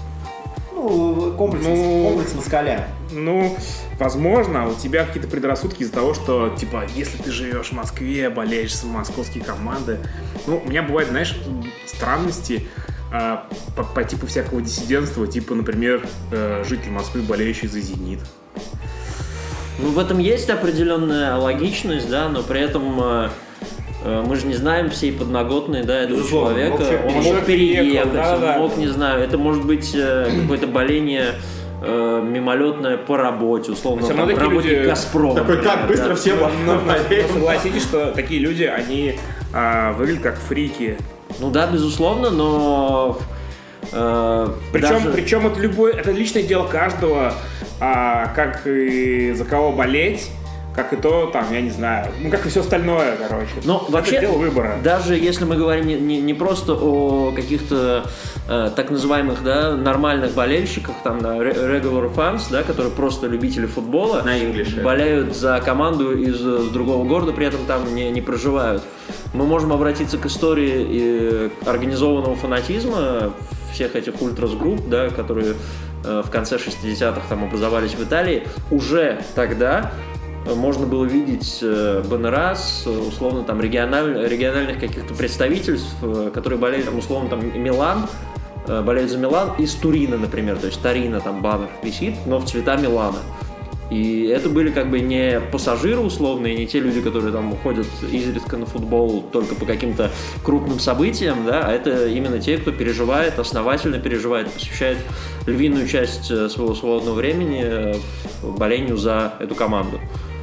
ну, комплекс, ну, комплекс москаля. Ну, возможно, у тебя какие-то предрассудки из-за того, что, типа, если ты живешь в Москве, болеешь за московские команды. Ну, у меня бывают, знаешь, странности э, по, по типу всякого диссидентства, типа, например, э, житель Москвы, болеющий за «Зенит». Ну, в этом есть определенная логичность, да, но при этом э, э, мы же не знаем всей подноготной, да, этого Безусловно, человека. мог Он мог переехать, да, он да, мог, да. не знаю, это может быть э, какое-то боление э, мимолетное по работе, условно, Все там, равно такие работник люди- «Газпрома». Такой, например, так, быстро да. все Но, но, но болеют. согласитесь, что такие люди, они а, выглядят как фрики. Ну да, безусловно, но... э, Причем, даже- причем это любое, это личное дело каждого, а, как и за кого болеть, как и то, там, я не знаю, ну, как и все остальное, короче. Но это вообще, дело выбора. даже если мы говорим не, не, не просто о каких-то э, так называемых, да, нормальных болельщиках, там, да, regular fans, да, которые просто любители футбола, На инглише. болеют за команду из, из другого города, при этом там не, не проживают. Мы можем обратиться к истории и организованного фанатизма всех этих ультрас-групп, да, которые э, в конце шестидесятых там образовались в Италии. Уже тогда можно было видеть э, баннера с, условно, там, региональ, региональных каких-то представительств, э, которые болели, там, условно, там, Милан, э, болеют за Милан, из Турина, например, то есть Торино, там, баннер висит, но в цвета Милана. И это были как бы не пассажиры условные, не те люди, которые там ходят изредка на футбол только по каким-то крупным событиям, да, а это именно те, кто переживает, основательно переживает, посвящает львиную часть своего свободного времени болению за эту команду.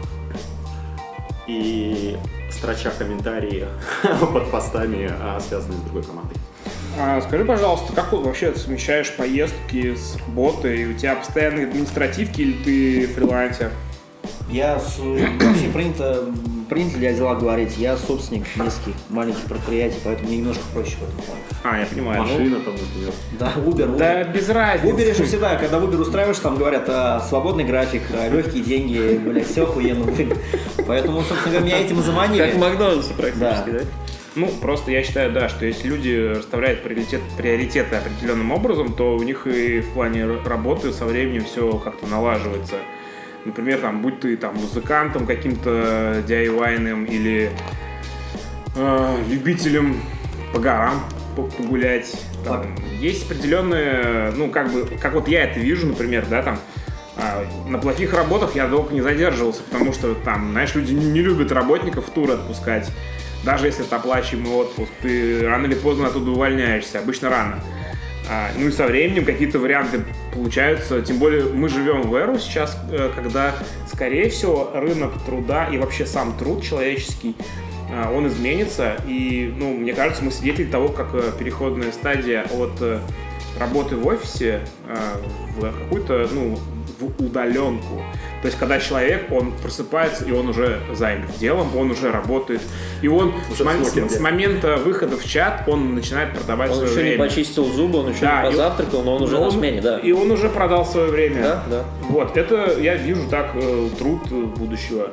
И строча комментарии под постами, связанные с другой командой. А, скажи, пожалуйста, как вот вообще ты совмещаешь поездки с работой? У тебя постоянные административки или ты фрилансер? Я с- вообще принято, принято для дела говорить, я собственник нескольких маленьких предприятий, поэтому мне немножко проще в этом плане. А, я понимаю. Машина там, например. Да, Uber. Да, Uber. без В разницы. Uber же всегда, когда в Uber устраиваешь, там говорят, а, свободный график, а, легкие деньги, блядь, все охуенно. Поэтому, собственно говоря, меня этим и заманили. Как в Макдональдсе практически, Да. да? Ну, просто я считаю, да, что если люди расставляют приоритет, приоритеты определенным образом, то у них и в плане работы со временем все как-то налаживается. Например, там, будь ты там музыкантом каким-то ди ай вай-ным или э, любителем по горам погулять. Там, есть определенные, ну, как бы, как вот я это вижу, например, да, там, а, на плохих работах я долго не задерживался, потому что там, знаешь, люди не, не любят работников в тур отпускать. Даже если это оплачиваемый отпуск, ты рано или поздно оттуда увольняешься, обычно рано. А, ну и со временем какие-то варианты получаются, тем более мы живем в эру сейчас, когда, скорее всего, рынок труда и вообще сам труд человеческий, он изменится, и, ну, мне кажется, мы свидетели того, как переходная стадия от работы в офисе в какую-то, ну, в удаленку. То есть, когда человек, он просыпается, и он уже занят делом, он уже работает, и он с, с, с момента выхода в чат, он начинает продавать он свое время. Он еще не почистил зубы, он еще да, не позавтракал, но он уже он, на смене, да. И он уже продал свое время. Да, да. Вот, это я вижу так труд будущего.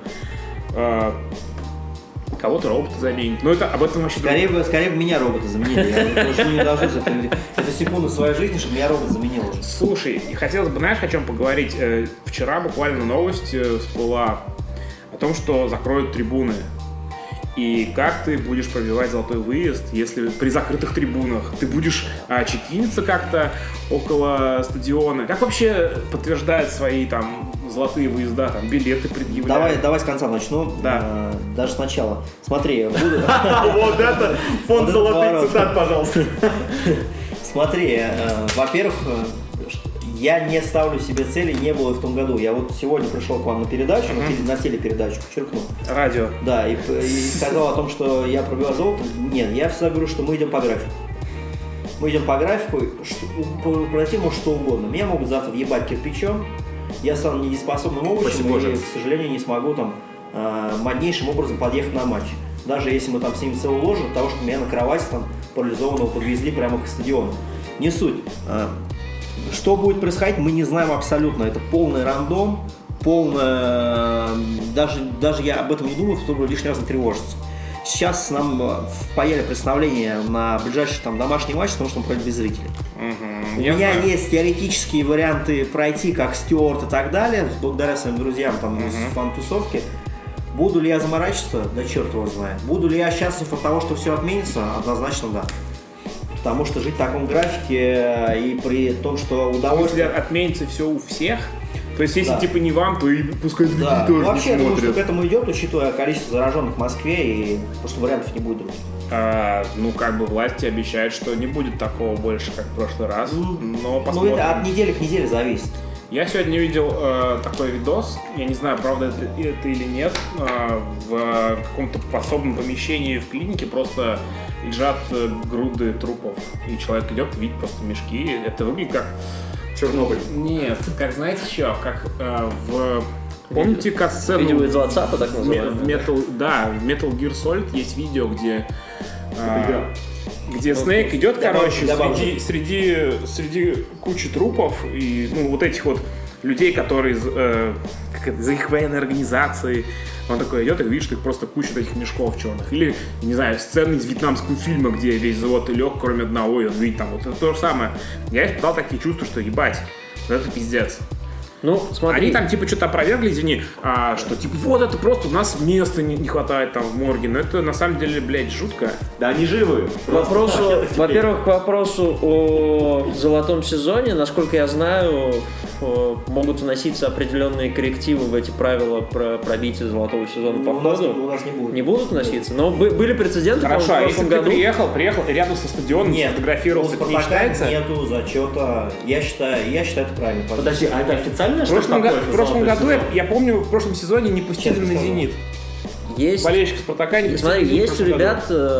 Кого-то роботы заменить. Но это об этом вообще... Скорее бы, скорее бы меня роботы заменили. Я уже не дождусь эту секунду своей жизни, чтобы меня робот заменил уже. Слушай, хотелось бы, знаешь, о чем поговорить? Вчера буквально новость всплыла о том, что закроют трибуны. И как ты будешь пробивать золотой выезд, если при закрытых трибунах ты будешь а, чекиниться как-то около стадиона? Как вообще подтверждают свои там золотые выезда, там билеты предъявляют? Давай, давай с конца начну. Да. А, даже сначала. Смотри, буду... Вот это фонд золотых цитат, пожалуйста. Смотри, во-первых, я не ставлю себе цели, не было в том году. Я вот сегодня пришел к вам на передачу, uh-huh. на, теле, на телепередачу, подчеркну. Радио. Да, и, и сказал о том, что я пробиваю золото. Нет, я всегда говорю, что мы идем по графику. Мы идем по графику, что, пройти может что угодно. Меня могут завтра въебать кирпичом, я стану недееспособным овощем и, к сожалению, не смогу там э, моднейшим образом подъехать на матч. Даже если мы там снимем целую ложу, того, что меня на кровати там парализованного подвезли прямо к стадиону. Не суть. Что будет происходить, мы не знаем абсолютно. Это полный рандом, полное... Даже, даже я об этом не думаю, чтобы лишний раз не тревожиться. Сейчас нам впаяли представление на ближайший там домашний матч, потому что он пройдет без зрителей. Угу, У меня знаю. Есть теоретические варианты пройти, как Стюарт и так далее, благодаря своим друзьям там угу. из фан-тусовки. Буду ли я заморачиваться? Да черт его знает. Буду ли я счастлив от того, что все отменится? Однозначно да. Потому что жить в таком графике и при том, что удовольствие... Если отменится все у всех, то есть если да. типа не вам, то и пускай другие да. тоже ну, вообще, не смотрят. Вообще, я думаю, что к этому идет, учитывая количество зараженных в Москве, и потому что вариантов не будет других. А, ну, как бы власти обещают, что не будет такого больше, как в прошлый раз, mm. но посмотрим. Ну, это от недели к неделе зависит. Я сегодня видел э, такой видос, я не знаю, правда это, это или нет, э, в каком-то подсобном помещении в клинике просто лежат э, груды трупов, и человек идет, видит просто мешки, это выглядит как... Чернобыль. Нет, как знаете что, как э, в... Помните касцену? Видео из WhatsApp, так называемое. В Metal, да, в Metal Gear Solid есть видео, где... Э, где Снейк идет, короче, среди, среди, среди кучи трупов и ну, вот этих вот людей, которые из, э, как это, из их военной организации. Он такой идет и видит, что их просто куча таких мешков черных. Или, не знаю, сцены из вьетнамского фильма, где весь завод лег, кроме одного, и он видит там вот это то же самое. Я испытал такие чувства, что ебать, вот это пиздец. Ну, смотри. Они там типа что-то опровергли, извини, а, что типа вот это просто у нас места не, не хватает там в морге. Но это на самом деле, блядь, жутко. Да они живы. К вопросу, во-первых, к вопросу о золотом сезоне, насколько я знаю, могут вноситься определенные коррективы в эти правила про пробитие золотого сезона по ходу. ходу. У нас не будут. Не будут вноситься? Но были прецеденты. Хорошо, в а если году. ты приехал, приехал рядом со стадионом, нет, сфотографировался, это не считается? Нету зачета. Я считаю, я считаю это правильно. Подожди, а это официально? В прошлом, го- в прошлом году, я, я помню, в прошлом сезоне не пустили Честно на скажу. «Зенит». Есть. Болельщик Спартака не пустили. Смотри, есть у ребят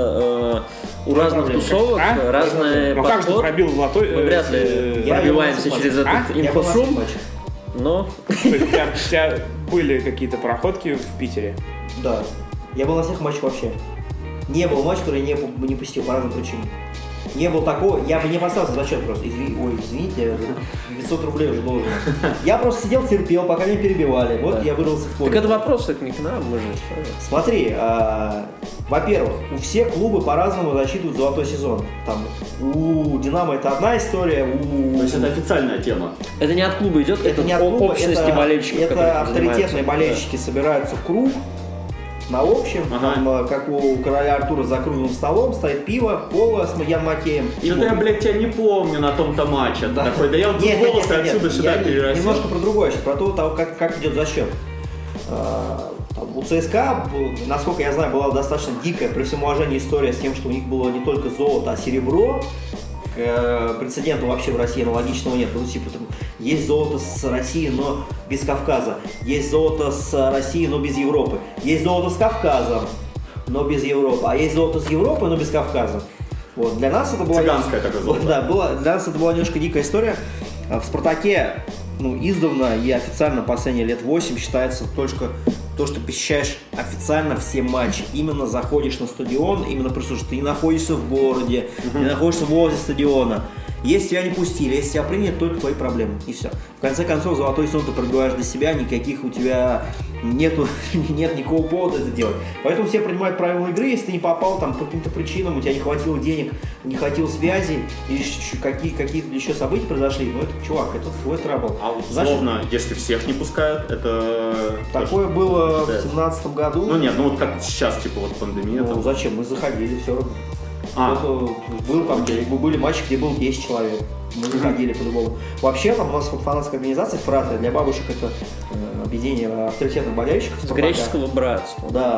э, у Что разных проблема? тусовок А? разные Ну как же ты подходы. пробил золотой? Мы вряд ли э, я пробиваемся был на через матче. этот А? инфошум, но... То есть у тебя, у тебя были какие-то проходки в Питере? Да. Я был на всех матчах вообще. Не было матча, который я не, не пустил по разным причинам. не было такого, я бы не поставил за счет просто. Изви, ой, извините, пятьсот рублей уже должен. Я просто сидел, терпел, пока меня перебивали. Вот да. я вырвался в поле. Так это вопрос так не к нам, мы же. Смотри, а, во-первых, у всех клубы по-разному засчитывают золотой сезон. Там у Динамо это одна история, у... То есть это официальная тема. Это не от клуба идет, это, это не от клуба, общности это, болельщиков. Это авторитетные болельщики да. собираются в круг. На общем, ага. там, как у короля Артура за круглым столом, стоит пиво, кола с Ян Макеем. Что-то я, блядь, тебя не помню на том-то матче. Да, такой, да я вот нет, волосы нет, нет, отсюда нет, сюда перерастил. Немножко про другое сейчас, про то, как, как идет засчет. А, там, у ЦСКА, насколько я знаю, была достаточно дикая, при всем уважении, история с тем, что у них было не только золото, а серебро. Прецедента вообще в России аналогичного нет. Ну, типа, там, есть золото с России, но без Кавказа. Есть золото с России, но без Европы. Есть золото с Кавказом, но без Европы. А есть золото с Европы, но без Кавказа. Вот. Для нас это была... Цыганское такое золото. Да, была, для нас это была немножко дикая история. В «Спартаке» ну, издавна и официально последние лет восемь считается только то, что посещаешь официально все матчи. Именно заходишь на стадион, именно потому что ты не находишься в городе, uh-huh. не находишься возле стадиона. Если тебя не пустили, если тебя приняли, только твои проблемы. И все. В конце концов, золотой сон ты пробиваешь для себя, никаких у тебя нету, нет никакого повода это делать. Поэтому все принимают правила игры, если ты не попал там по каким-то причинам, у тебя не хватило денег, не хватило связи, или какие, какие-то еще события произошли, ну это, чувак, это твой трабл. А условно, значит, если всех не пускают, это... Такое было в семнадцатом году. Ну нет, ну вот как сейчас, типа вот пандемия. Ну там... зачем, мы заходили, все равно. А. Был там, где были матчи, где было десять человек. Мы заходили по-любому. Вообще, там у нас вот фанатская организация «Фратри», для бабушек это э, объединение авторитетных болельщиков. С греческого братства. Да.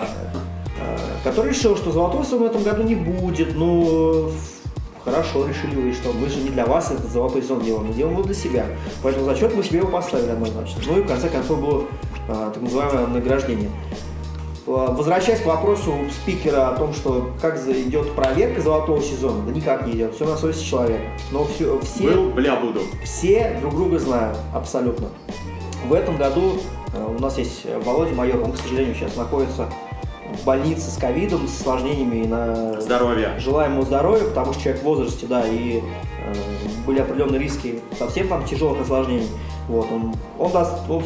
Э, который решил, что золотой сон в этом году не будет. Ну, хорошо, решили вы, что мы же не для вас этот золотой сон делаем, мы делаем его для себя. Поэтому зачет мы себе его поставили однозначно. Ну и в конце концов было э, так называемое награждение. Возвращаясь к вопросу спикера о том, что как идет проверка золотого сезона, да никак не идет, все на совести человека. Но все, все, Был, бля, буду. все друг друга знают, абсолютно. В этом году у нас есть Володя Майор, он, к сожалению, сейчас находится в больнице с ковидом, с осложнениями на здоровье. Желаем ему здоровья, потому что человек в возрасте, да, и э, были определенные риски совсем там тяжелых осложнений. Вот, он, он даст, он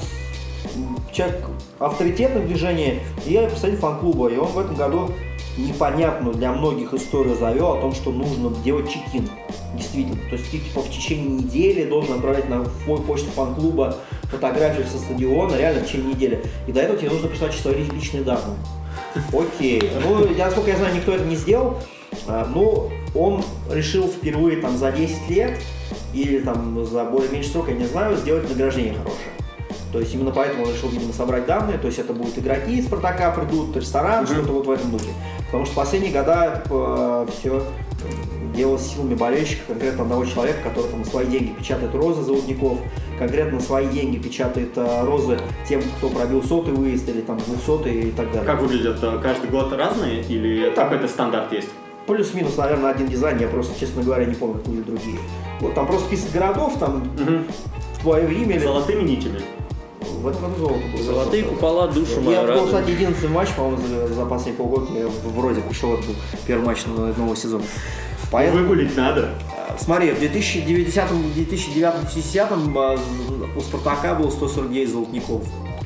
человек авторитетный в движении и представитель фан-клуба, и он в этом году непонятную для многих историю завел о том, что нужно делать чекин. Действительно. То есть ты типа в течение недели должен отправлять на почту фан-клуба фотографию со стадиона, реально в течение недели. И до этого тебе нужно прислать свои личные данные. Окей. Ну, я, насколько я знаю, никто это не сделал. Но он решил впервые там за десять лет или там за более меньший срок, я не знаю, сделать награждение хорошее. То есть именно поэтому он решил, видимо, собрать данные, то есть это будут игроки из «Спартака» придут, ресторан, mm-hmm. что-то вот в этом духе. Потому что в последние года это все делалось силами болельщиков, конкретно одного человека, который там на свои деньги печатает розы золотников, конкретно на свои деньги печатает а, розы тем, кто пробил сотый выезд или там двухсотый и так далее. Как выглядят? Каждый год разные или ну, какой-то стандарт есть? Плюс-минус, наверное, один дизайн, я просто, честно говоря, не помню, как были другие. Вот там просто список городов, там mm-hmm. твое имя. Золотыми нитями. В этом году золото было. Золотые купола, душу мою Я радуют. был, кстати, единственный матч, по-моему, за, за последние полгода. Я вроде пришел, это был первый матч нового сезона. Поэтому, выгулить надо. Смотри, в две тысячи девятом - две тысячи десятом у «Спартака» было сто сорок девять золотников.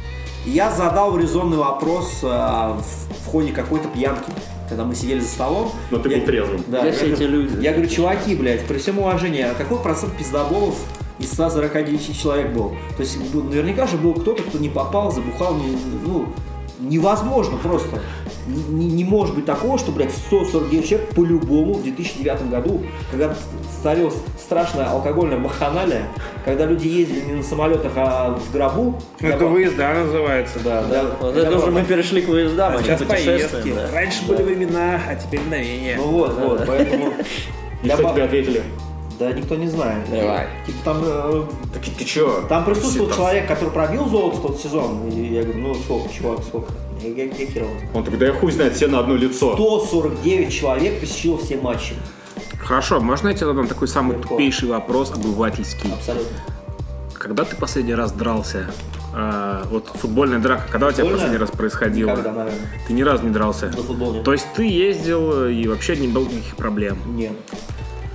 И я задал резонный вопрос в, в ходе какой-то пьянки, когда мы сидели за столом. Но ты я, был трезвым. Да, я, я, все эти люди. я говорю, чуваки, блядь, при всем уважении, а какой процент пиздоболов из ста сорока девяти человек был? То есть наверняка же был кто-то, кто не попал, забухал, не, ну, невозможно просто. Не, не может быть такого, что, блядь, сто сорок девять человек по-любому в две тысячи девятом году, когда царилась страшная алкогольная вакханалия, когда люди ездили не на самолетах, а в гробу. Это когда... выезда называется. Да, да. да. Вот это уже мы перешли к выездам, а сейчас поездки. Да. Раньше да. были времена, а теперь мгновения. Ну вот, да, вот, да. Поэтому... Что тебе ответили? Да никто не знает. Давай. Типа там... Э, так ты чё? Там присутствовал Все человек, который пробил золото в тот сезон. И я говорю, ну сколько, чувак, сколько? Я, я, я хер его. Он тогда я хуй знает, все на одно лицо. сто сорок девять человек посетило все матчи. Хорошо, можно я тебе задам такой самый Легко. тупейший вопрос, обывательский? Абсолютно. Когда ты последний раз дрался? А, вот футбольная драка, когда Футбольная? у тебя последний раз происходила? Никогда, наверное. Ты ни разу не дрался? За футбол нет. То есть ты ездил и вообще не было никаких проблем? Нет.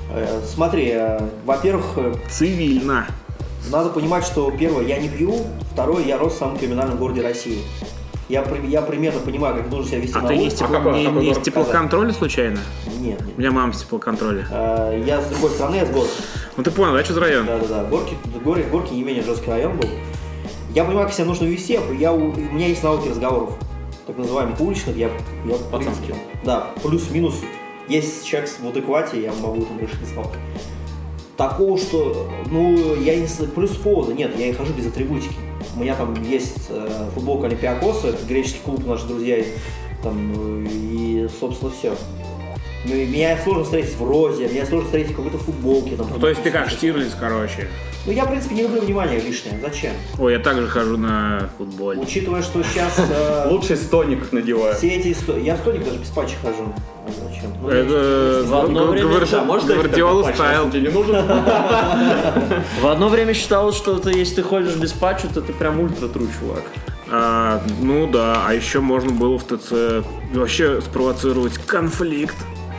Смотри, во-первых... Цивильно. Надо понимать, что, первое, я не пью, второе, я рос в самом криминальном городе России. Я, я примерно понимаю, как нужно себя вести а на улице. улице. А ты есть, тепло, не, не из теплоконтроля случайно? Нет, нет. У меня мама с теплоконтроля. А, я с другой стороны, я с Горки. Ну ты понял, да, что за район? Да-да-да, Горки, Горки, Горки не менее жесткий район был. Я понимаю, как себя нужно вести, я, у меня есть навыки разговоров, так называемых уличных, я... я Пацанские. Да, плюс-минус. Есть человек в адеквате, я могу там решить не стал. Такого, что, ну, я не... Плюс повода, нет, я и хожу без атрибутики. У меня там есть э, футболка Олимпиакоса, это греческий клуб, наши друзья, там, и, собственно, все. Ну, и меня сложно встретить в розе, меня сложно встретить в какой-то футболке. Там, ну, то есть ты как Штирлиц, короче. Ну, я, в принципе, не люблю внимания лишнее. Зачем? Ой, я также хожу на футболе. Учитывая, что сейчас... Э, Лучший стоник надеваю. Все эти... Сто... Я стоник даже без патча хожу. А зачем? Ну, это... В одно время... Гвардиола стайл. Тебе не нужен? В одно время считалось, что ты, если ты ходишь без патча, то ты прям ультра-тру, чувак. А, ну да, а еще можно было в ТЦ вообще спровоцировать конфликт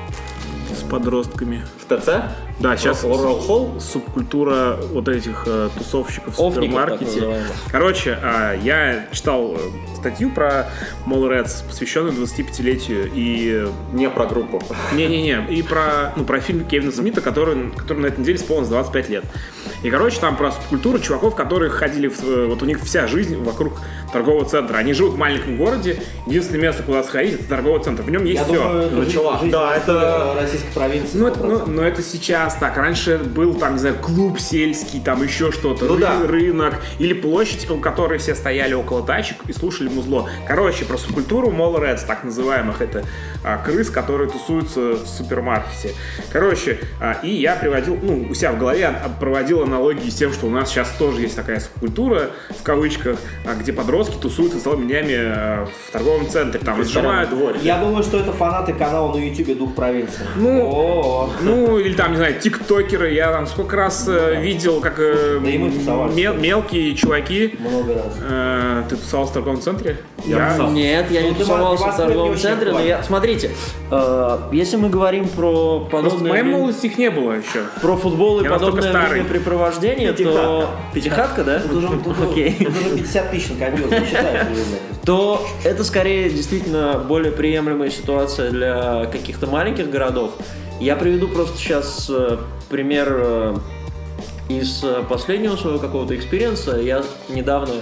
с подростками. В ТЦ? Да, сейчас Холл? субкультура вот этих э, тусовщиков в Офников, супермаркете. Короче, э, я читал э, статью про Mall Rats, посвященную двадцатипятилетию, и... Не про группу. Не-не-не, и про, ну, про фильм Кевина Смита, который, который на этой неделе исполнилось двадцать пять лет. И, короче, там про субкультуру чуваков, которые ходили, в, вот у них вся жизнь вокруг торгового центра. Они живут в маленьком городе, единственное место, куда сходить, это торговый центр. В нем есть я все. Думаю, это ну, жизнь, чувак, жизнь да, это... российской провинции. Ну это, ну, но это сейчас так. Раньше был там, не знаю, клуб сельский, там еще что-то, ну, ры- да. рынок или площадь, у которой все стояли около тачек и слушали музло. Короче, про субкультуру Mall Rats, так называемых, это а, крыс, которые тусуются в супермаркете. Короче, а, и я приводил, ну, у себя в голове а, проводил аналогии с тем, что у нас сейчас тоже есть такая субкультура, в кавычках, а, где подростки тусуются целыми днями а, в торговом центре, там сжимают. Я думаю, что это фанаты канала на ютубе «Дух провинции». Ну, О-о-о. ну, или там, не знаю, тиктокеры. Я там сколько раз э, видел, как э, Да и мы тусовались. мел- мелкие чуваки. Много раз. Э, ты тусовался в торговом центре? Я тусовался. Нет, я Ну, не ты тусовался вас в торговом не очень центре, но я... актуально. Смотрите, э, если мы говорим про Просто в подобные... моей вре- молодости их не было еще. Про футбол и Я настолько подобное старый. времяпрепровождение, то... Пятихатка, да? Тут уже, тут, Окей. тут уже пятьдесят тысяч накопилось, не считается уже, блядь. То это скорее действительно более приемлемая ситуация для каких-то маленьких городов. Я приведу просто сейчас э, пример э, из э, последнего своего какого-то экспириенса. Я недавно,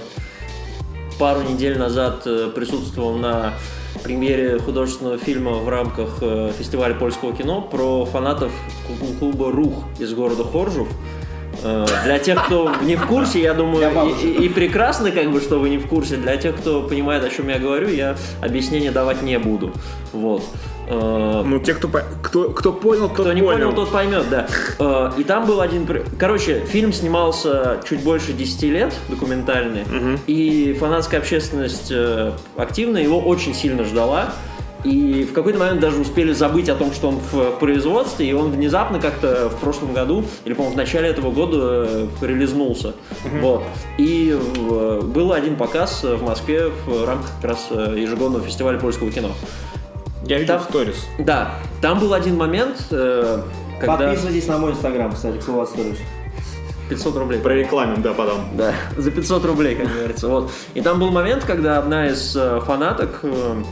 пару недель назад, э, присутствовал на премьере художественного фильма в рамках э, фестиваля польского кино про фанатов клуба «Рух» из города Хоржов. Э, Для тех, кто не в курсе, я думаю, и, и- и прекрасно, как бы, что вы не в курсе. Для тех, кто понимает, о чем я говорю, я объяснения давать не буду. Вот. Э, Ну, те, кто, по- кто, кто понял, тот Кто не понял. понял, тот поймет, да. Э, И там был один... при- Короче, фильм снимался чуть больше десяти лет, документальный, и фанатская общественность э, активная его очень сильно ждала. И в какой-то момент даже успели забыть о том, что он в производстве, и он внезапно как-то в прошлом году, или, по-моему, в начале этого года э, релизнулся. Вот. И э, был один показ в Москве в рамках как раз э, ежегодного фестиваля польского кино. Я видел Там- в сторис. Да, там был один момент, э, когда... Подписывайтесь на мой инстаграм, кстати, к слову отстроюсь. пятьсот рублей. Прорекламим, да, потом. Да, за пятьсот рублей, как говорится. Вот. И там был момент, когда одна из э, фанаток, э,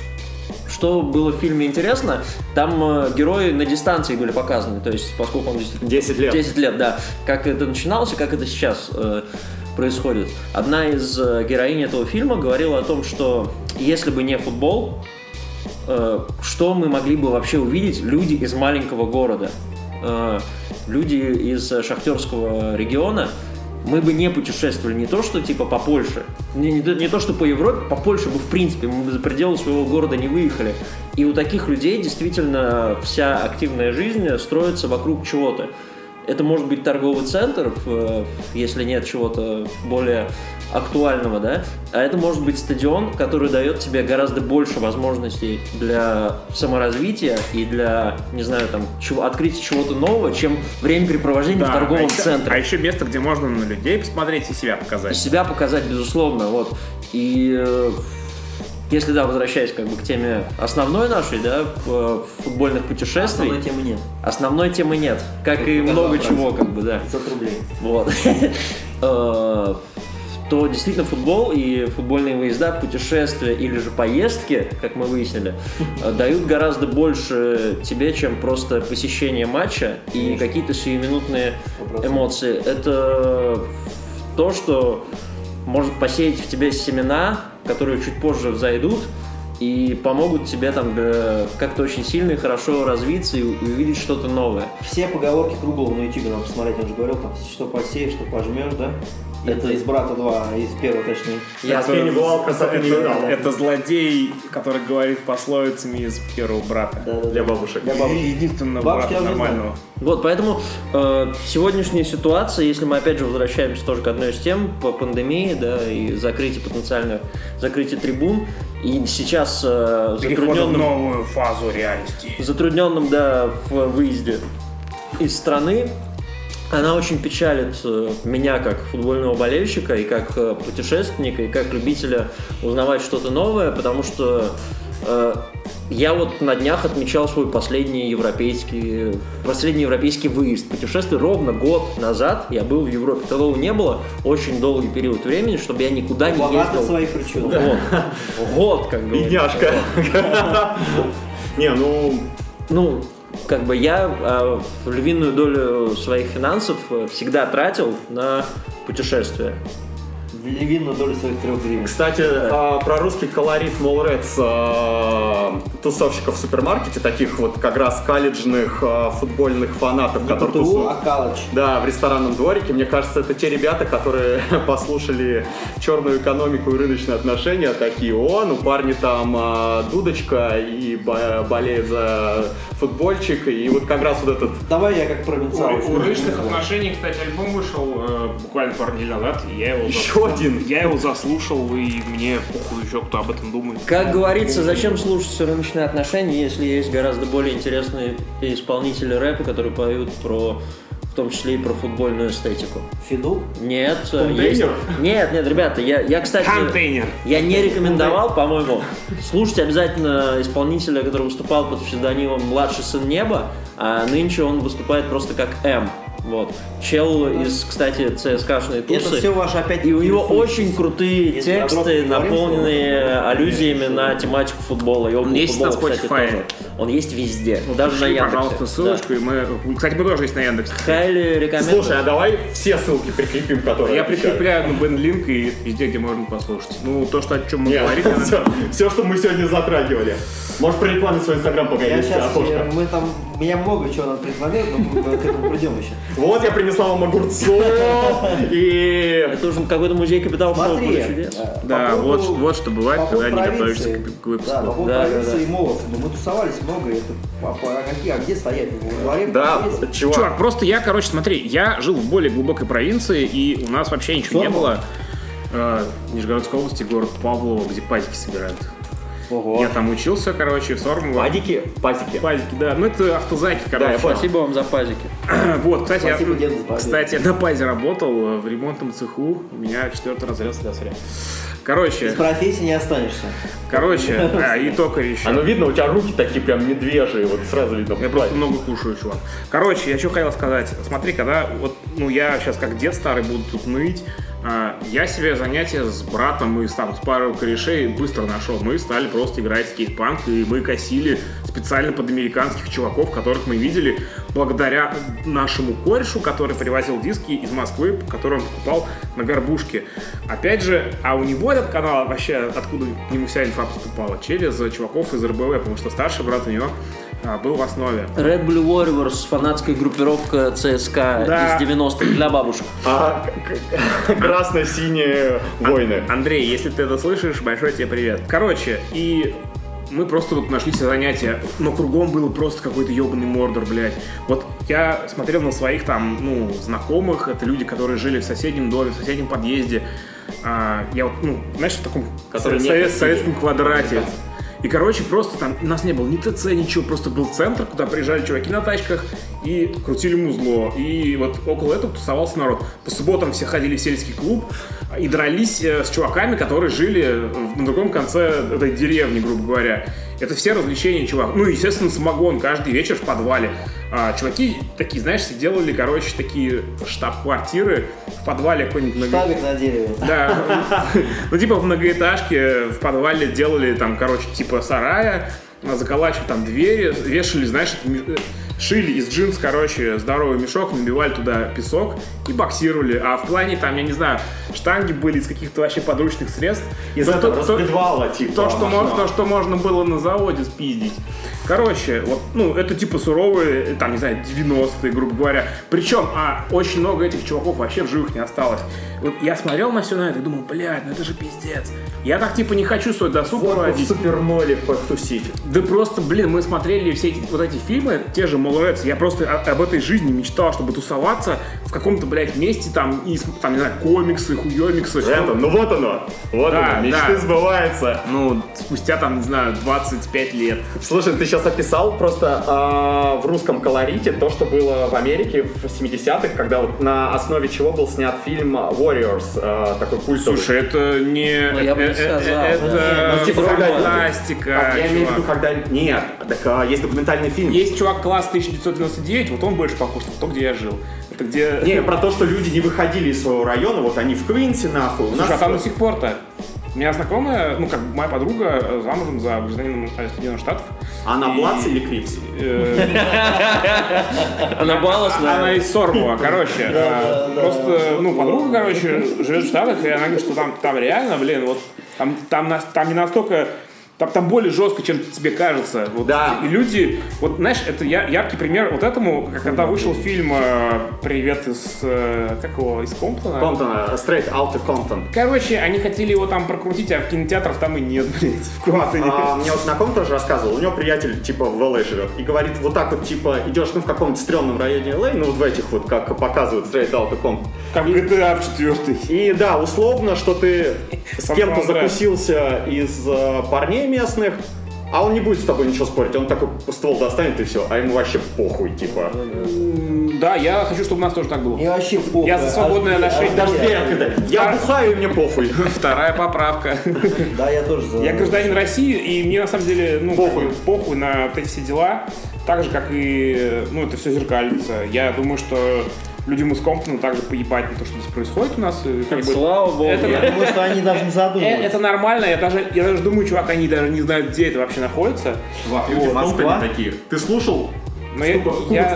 что было в фильме интересно, там э, герои на дистанции были показаны. То есть, поскольку он действительно... десять лет. десять лет, да. Как это начиналось и как это сейчас э, происходит. Одна из э, героинь этого фильма говорила о том, что если бы не футбол, э, что мы могли бы вообще увидеть люди из маленького города, э, люди из шахтерского региона, мы бы не путешествовали не то, что типа по Польше, не, не, то- не то, что по Европе, по Польше бы в принципе, мы бы за пределы своего города не выехали. И у таких людей действительно вся активная жизнь строится вокруг чего-то. Это может быть торговый центр, в- если нет чего-то более актуального, да, а это может быть стадион, который дает тебе гораздо больше возможностей для саморазвития и для, не знаю, там, чего, открытия чего-то нового, чем времяпрепровождение в Да, торговом а еще, центре. а еще место, где можно на людей посмотреть и себя И показать. себя показать, безусловно, вот. И э, если, да, возвращаясь как бы к теме основной нашей, да, футбольных путешествий. Основной темы нет. Основной темы нет, как, как и много чего, как бы, да. пятьсот рублей. Вот. То действительно футбол и футбольные выезда, путешествия или же поездки, как мы выяснили, дают гораздо больше тебе, чем просто посещение матча и какие-то сиюминутные эмоции. Это то, что может посеять в тебе семена, которые чуть позже взойдут и помогут тебе там как-то очень сильно и хорошо развиться и увидеть что-то новое. Все поговорки Круглого на ютубе нам посмотреть, он же говорил, там, что посеешь, что пожмешь, да? Это из «Брата два», из первого, точнее. Я не бывал, красоты не видал. Это злодей, который говорит пословицами из первого «Брата». Да, да, для да. бабушек. Для бабушек. Единственного брата нормального. Вот, поэтому э, сегодняшняя ситуация, если мы опять же возвращаемся тоже к одной из тем, по пандемии, да, и закрытие потенциальное, закрытие трибун, и сейчас э, затрудненным... в новую фазу реальности. Затрудненным, да, в выезде из страны, она очень печалит меня как футбольного болельщика и как путешественника, и как любителя узнавать что-то новое, потому что э, я вот на днях отмечал свой последний европейский, последний европейский выезд, путешествие. Ровно год назад я был в Европе. Такого не было очень долгий период времени, чтобы я никуда не ездил. Богато своих причин. Год. Год, как говорится. Бедняжка. Не, ну... Ну... Как бы я э, львиную долю своих финансов всегда тратил на путешествия. Львиную долю своих трех гривен. Кстати, а, про русский колорит Моллредс, а, тусовщиков в супермаркете, таких вот как раз колледжных а, футбольных фанатов, Не которые ПТУ, тусуют. а колледж. Да, в ресторанном дворике. Мне кажется, это те ребята, которые послушали черную экономику и рыночные отношения, такие: о, ну парни там а, дудочка и бо- болеют за футбольчик, и вот как раз вот этот... Давай я как провинциал. У рыночных отношений, кстати, альбом вышел э, буквально пару недель назад, и я его Еще один. Я его заслушал, и мне похуй еще кто об этом думает. Как говорится, зачем слушать рыночные отношения, если есть гораздо более интересные исполнители рэпа, которые поют про, в том числе и про футбольную эстетику. Фидул? Нет, Контейнер? есть... Нет, нет, ребята, я, я, кстати, Контейнер. я не рекомендовал, по-моему, слушайте обязательно исполнителя, который выступал под псевдонимом «Младший сын неба», а нынче он выступает просто как М. Вот. Чел из, кстати, ЦСКАшной тусы. Это все ваши опять... И у него очень крутые Если тексты, наполненные говорим, аллюзиями на тематику футбола. И Он есть футбола, на Spotify. кстати, тоже. Он есть везде. Ну, даже на пиши, Яндексе. пожалуйста, ссылочку, Да. и мы... Кстати, мы тоже есть на Яндексе. Хайли рекомендую. Слушай, а давай все ссылки прикрепим, которые Я обещали. прикрепляю ну, бенлинк и везде, где можно послушать. Ну, то, что, о чем мы Нет, говорили... все, все, что мы сегодня затрагивали. Можешь прорекламить свой инстаграм, пока Я есть сейчас, окошко. мы там, меня много чего надо предлагать, но мы к этому придем еще. Вот я принесла вам огурцов и... Это уже какой-то музей капитал шоу Смотри, «Поле чудес». э, Да, по вот, поводу- вот что бывает, по когда поводу не готовишься провинции. к, к выпуску. Да, по поводу Да, провинции да, да. и молов. Ну, мы тусовались много, и это а, а какие, а где стоять? Во дворе? Да, Есть? чувак. Чувак, просто я, короче, смотри, я жил в более глубокой провинции, и у нас вообще ничего не Сормово? было. Э, Нижегородской области, город Павлово, где пазики собирают. Ого. Я там учился, короче, в Сормово. Падики, пазики. Пазики, да. Ну, это автозаки, короче. я понял. Спасибо вам за пазики. Вот, кстати, Спасибо, я, деду, за пазики. кстати, на пазе работал э, в ремонтном цеху. У меня четвертый разрез слесаря. Короче, Из профессии не останешься. короче, а, и токарь еще. А ну видно, у тебя руки такие прям медвежьи, вот сразу видно. Я просто много кушаю, чувак. Короче, я что хотел сказать. Смотри, когда вот, ну, я сейчас как дед старый буду тут ныть, а, я себе занятия с братом и с, там, с парой корешей быстро нашел. Мы стали просто играть в скейтпанк, и мы косили специально под американских чуваков, которых мы видели благодаря нашему корешу, который привозил диски из Москвы, которые он покупал на горбушке. Опять же, а у него этот канал вообще, откуда к нему вся инфа поступала? Через чуваков из эр бэ вэ, потому что старший брат у него а, был в основе. Red Blue Warriors, фанатская группировка ЦСКА Да. из девяностых для бабушек. А к- к- красно-синие войны. Андрей, если ты это слышишь, большой тебе привет. Короче, и мы просто вот нашли себе занятия, но кругом было просто какой-то ебаный мордор, блядь. Вот я смотрел на своих там, ну, знакомых, это люди, которые жили в соседнем доме, в соседнем подъезде. А, я вот, ну, знаешь, в таком Которые не совет- красивые. советском квадрате. И, короче, просто там у нас не было ни ТЦ, ничего, просто был центр, куда приезжали чуваки на тачках и крутили музло. И вот около этого тусовался народ. По субботам все ходили в сельский клуб и дрались с чуваками, которые жили на другом конце этой деревни, грубо говоря. Это все развлечения, чувак. Ну, естественно, самогон каждый вечер в подвале. А, чуваки такие, знаешь, делали, короче, такие штаб-квартиры в подвале какой-нибудь... Штабик на дереве. Да. Ну, типа в многоэтажке в подвале делали там, короче, типа сарая, заколачивали там двери, вешали, знаешь, шили из джинс, короче, здоровый мешок, набивали туда песок и боксировали. А в плане, там, я не знаю, штанги были из каких-то вообще подручных средств. Из то, этого то, распредвала, типа. То что, можно, то, что можно было на заводе спиздить. Короче, вот, ну, это типа суровые, там, не знаю, девяностые, грубо говоря. Причем, а, очень много этих чуваков вообще в живых не осталось. Вот я смотрел на все на это и думал, блядь, ну это же пиздец. Я так, типа, не хочу свой досуг вот проводить. в Суперноле потусить. Да просто, блин, мы смотрели все эти, вот эти фильмы, те же Mallrats, я просто о, об этой жизни мечтал, чтобы тусоваться в каком-то, блядь, месте, там, и, там, не знаю, комиксы, хуёмиксы. Это, ну вот оно, вот да, оно, мечты да. сбываются. Ну, спустя, там, не знаю, двадцать пять лет. Слушай, ты сейчас описал просто э, в русском колорите то, что было в Америке в семидесятых, когда вот на основе чего был снят фильм Warriors, э, такой культовый. Слушай, это не... Ну, я бы не сказал. Это ну, типа, фантастика. Я имею в виду, когда... Нет, так а, есть документальный фильм. Есть чувак класс тысяча девятьсот девяносто девять, вот он больше похож на то, где я жил. Это где... Не, про то, что люди не выходили из своего района, вот они в Квинсе, нахуй. У Слушай, нас а там до сих пор-то... У меня знакомая, ну, как моя подруга, замужем за гражданином Соединенных Штатов. Она Блац или Крипс? Она балластная. Она из Сорбова, короче. Просто, ну, подруга, короче, живет в Штатах, и она говорит, что там реально, блин, вот там не настолько... Там, там более жестко, чем тебе кажется. Вот. Да. И люди, вот знаешь, это я, яркий пример вот этому, когда вышел фильм «Привет из, как его, из Комптона». Комптона, Straight Outta Compton. Короче, они хотели его там прокрутить, а в кинотеатрах там и нет, блядь, в Комптоне. А, мне вот знакомый тоже рассказывал, у него приятель типа в эл эй живет, и говорит, вот так вот типа идешь, ну, в каком-то стрёмном районе эл эй, ну, вот в этих вот, как показывают Straight Outta Compton. Как в джи ти эй в четвёртый. И да, условно, что ты с кем-то закусился из э, парней местных, а он не будет с тобой ничего спорить, он такой ствол достанет и все, а ему вообще похуй, типа. Да, я хочу, чтобы у нас тоже так было. Мне вообще похуй. Я за свободное ношение. Даже я бухаю, и мне похуй. Вторая поправка. Да, я тоже за... Я гражданин России, и мне на самом деле, ну, похуй, похуй на вот эти все дела. Так же, как и, ну, это все зеркалится. Я думаю, что людям из Комптона также поебать на то, что здесь происходит у нас. Как бы, слава богу. Это, Я думаю, что они даже не задумываются. Это нормально, я даже, я даже думаю, чувак, они даже не знают, где это вообще находится. Чувак, люди в Москве такие. Ты слушал? Но я, я,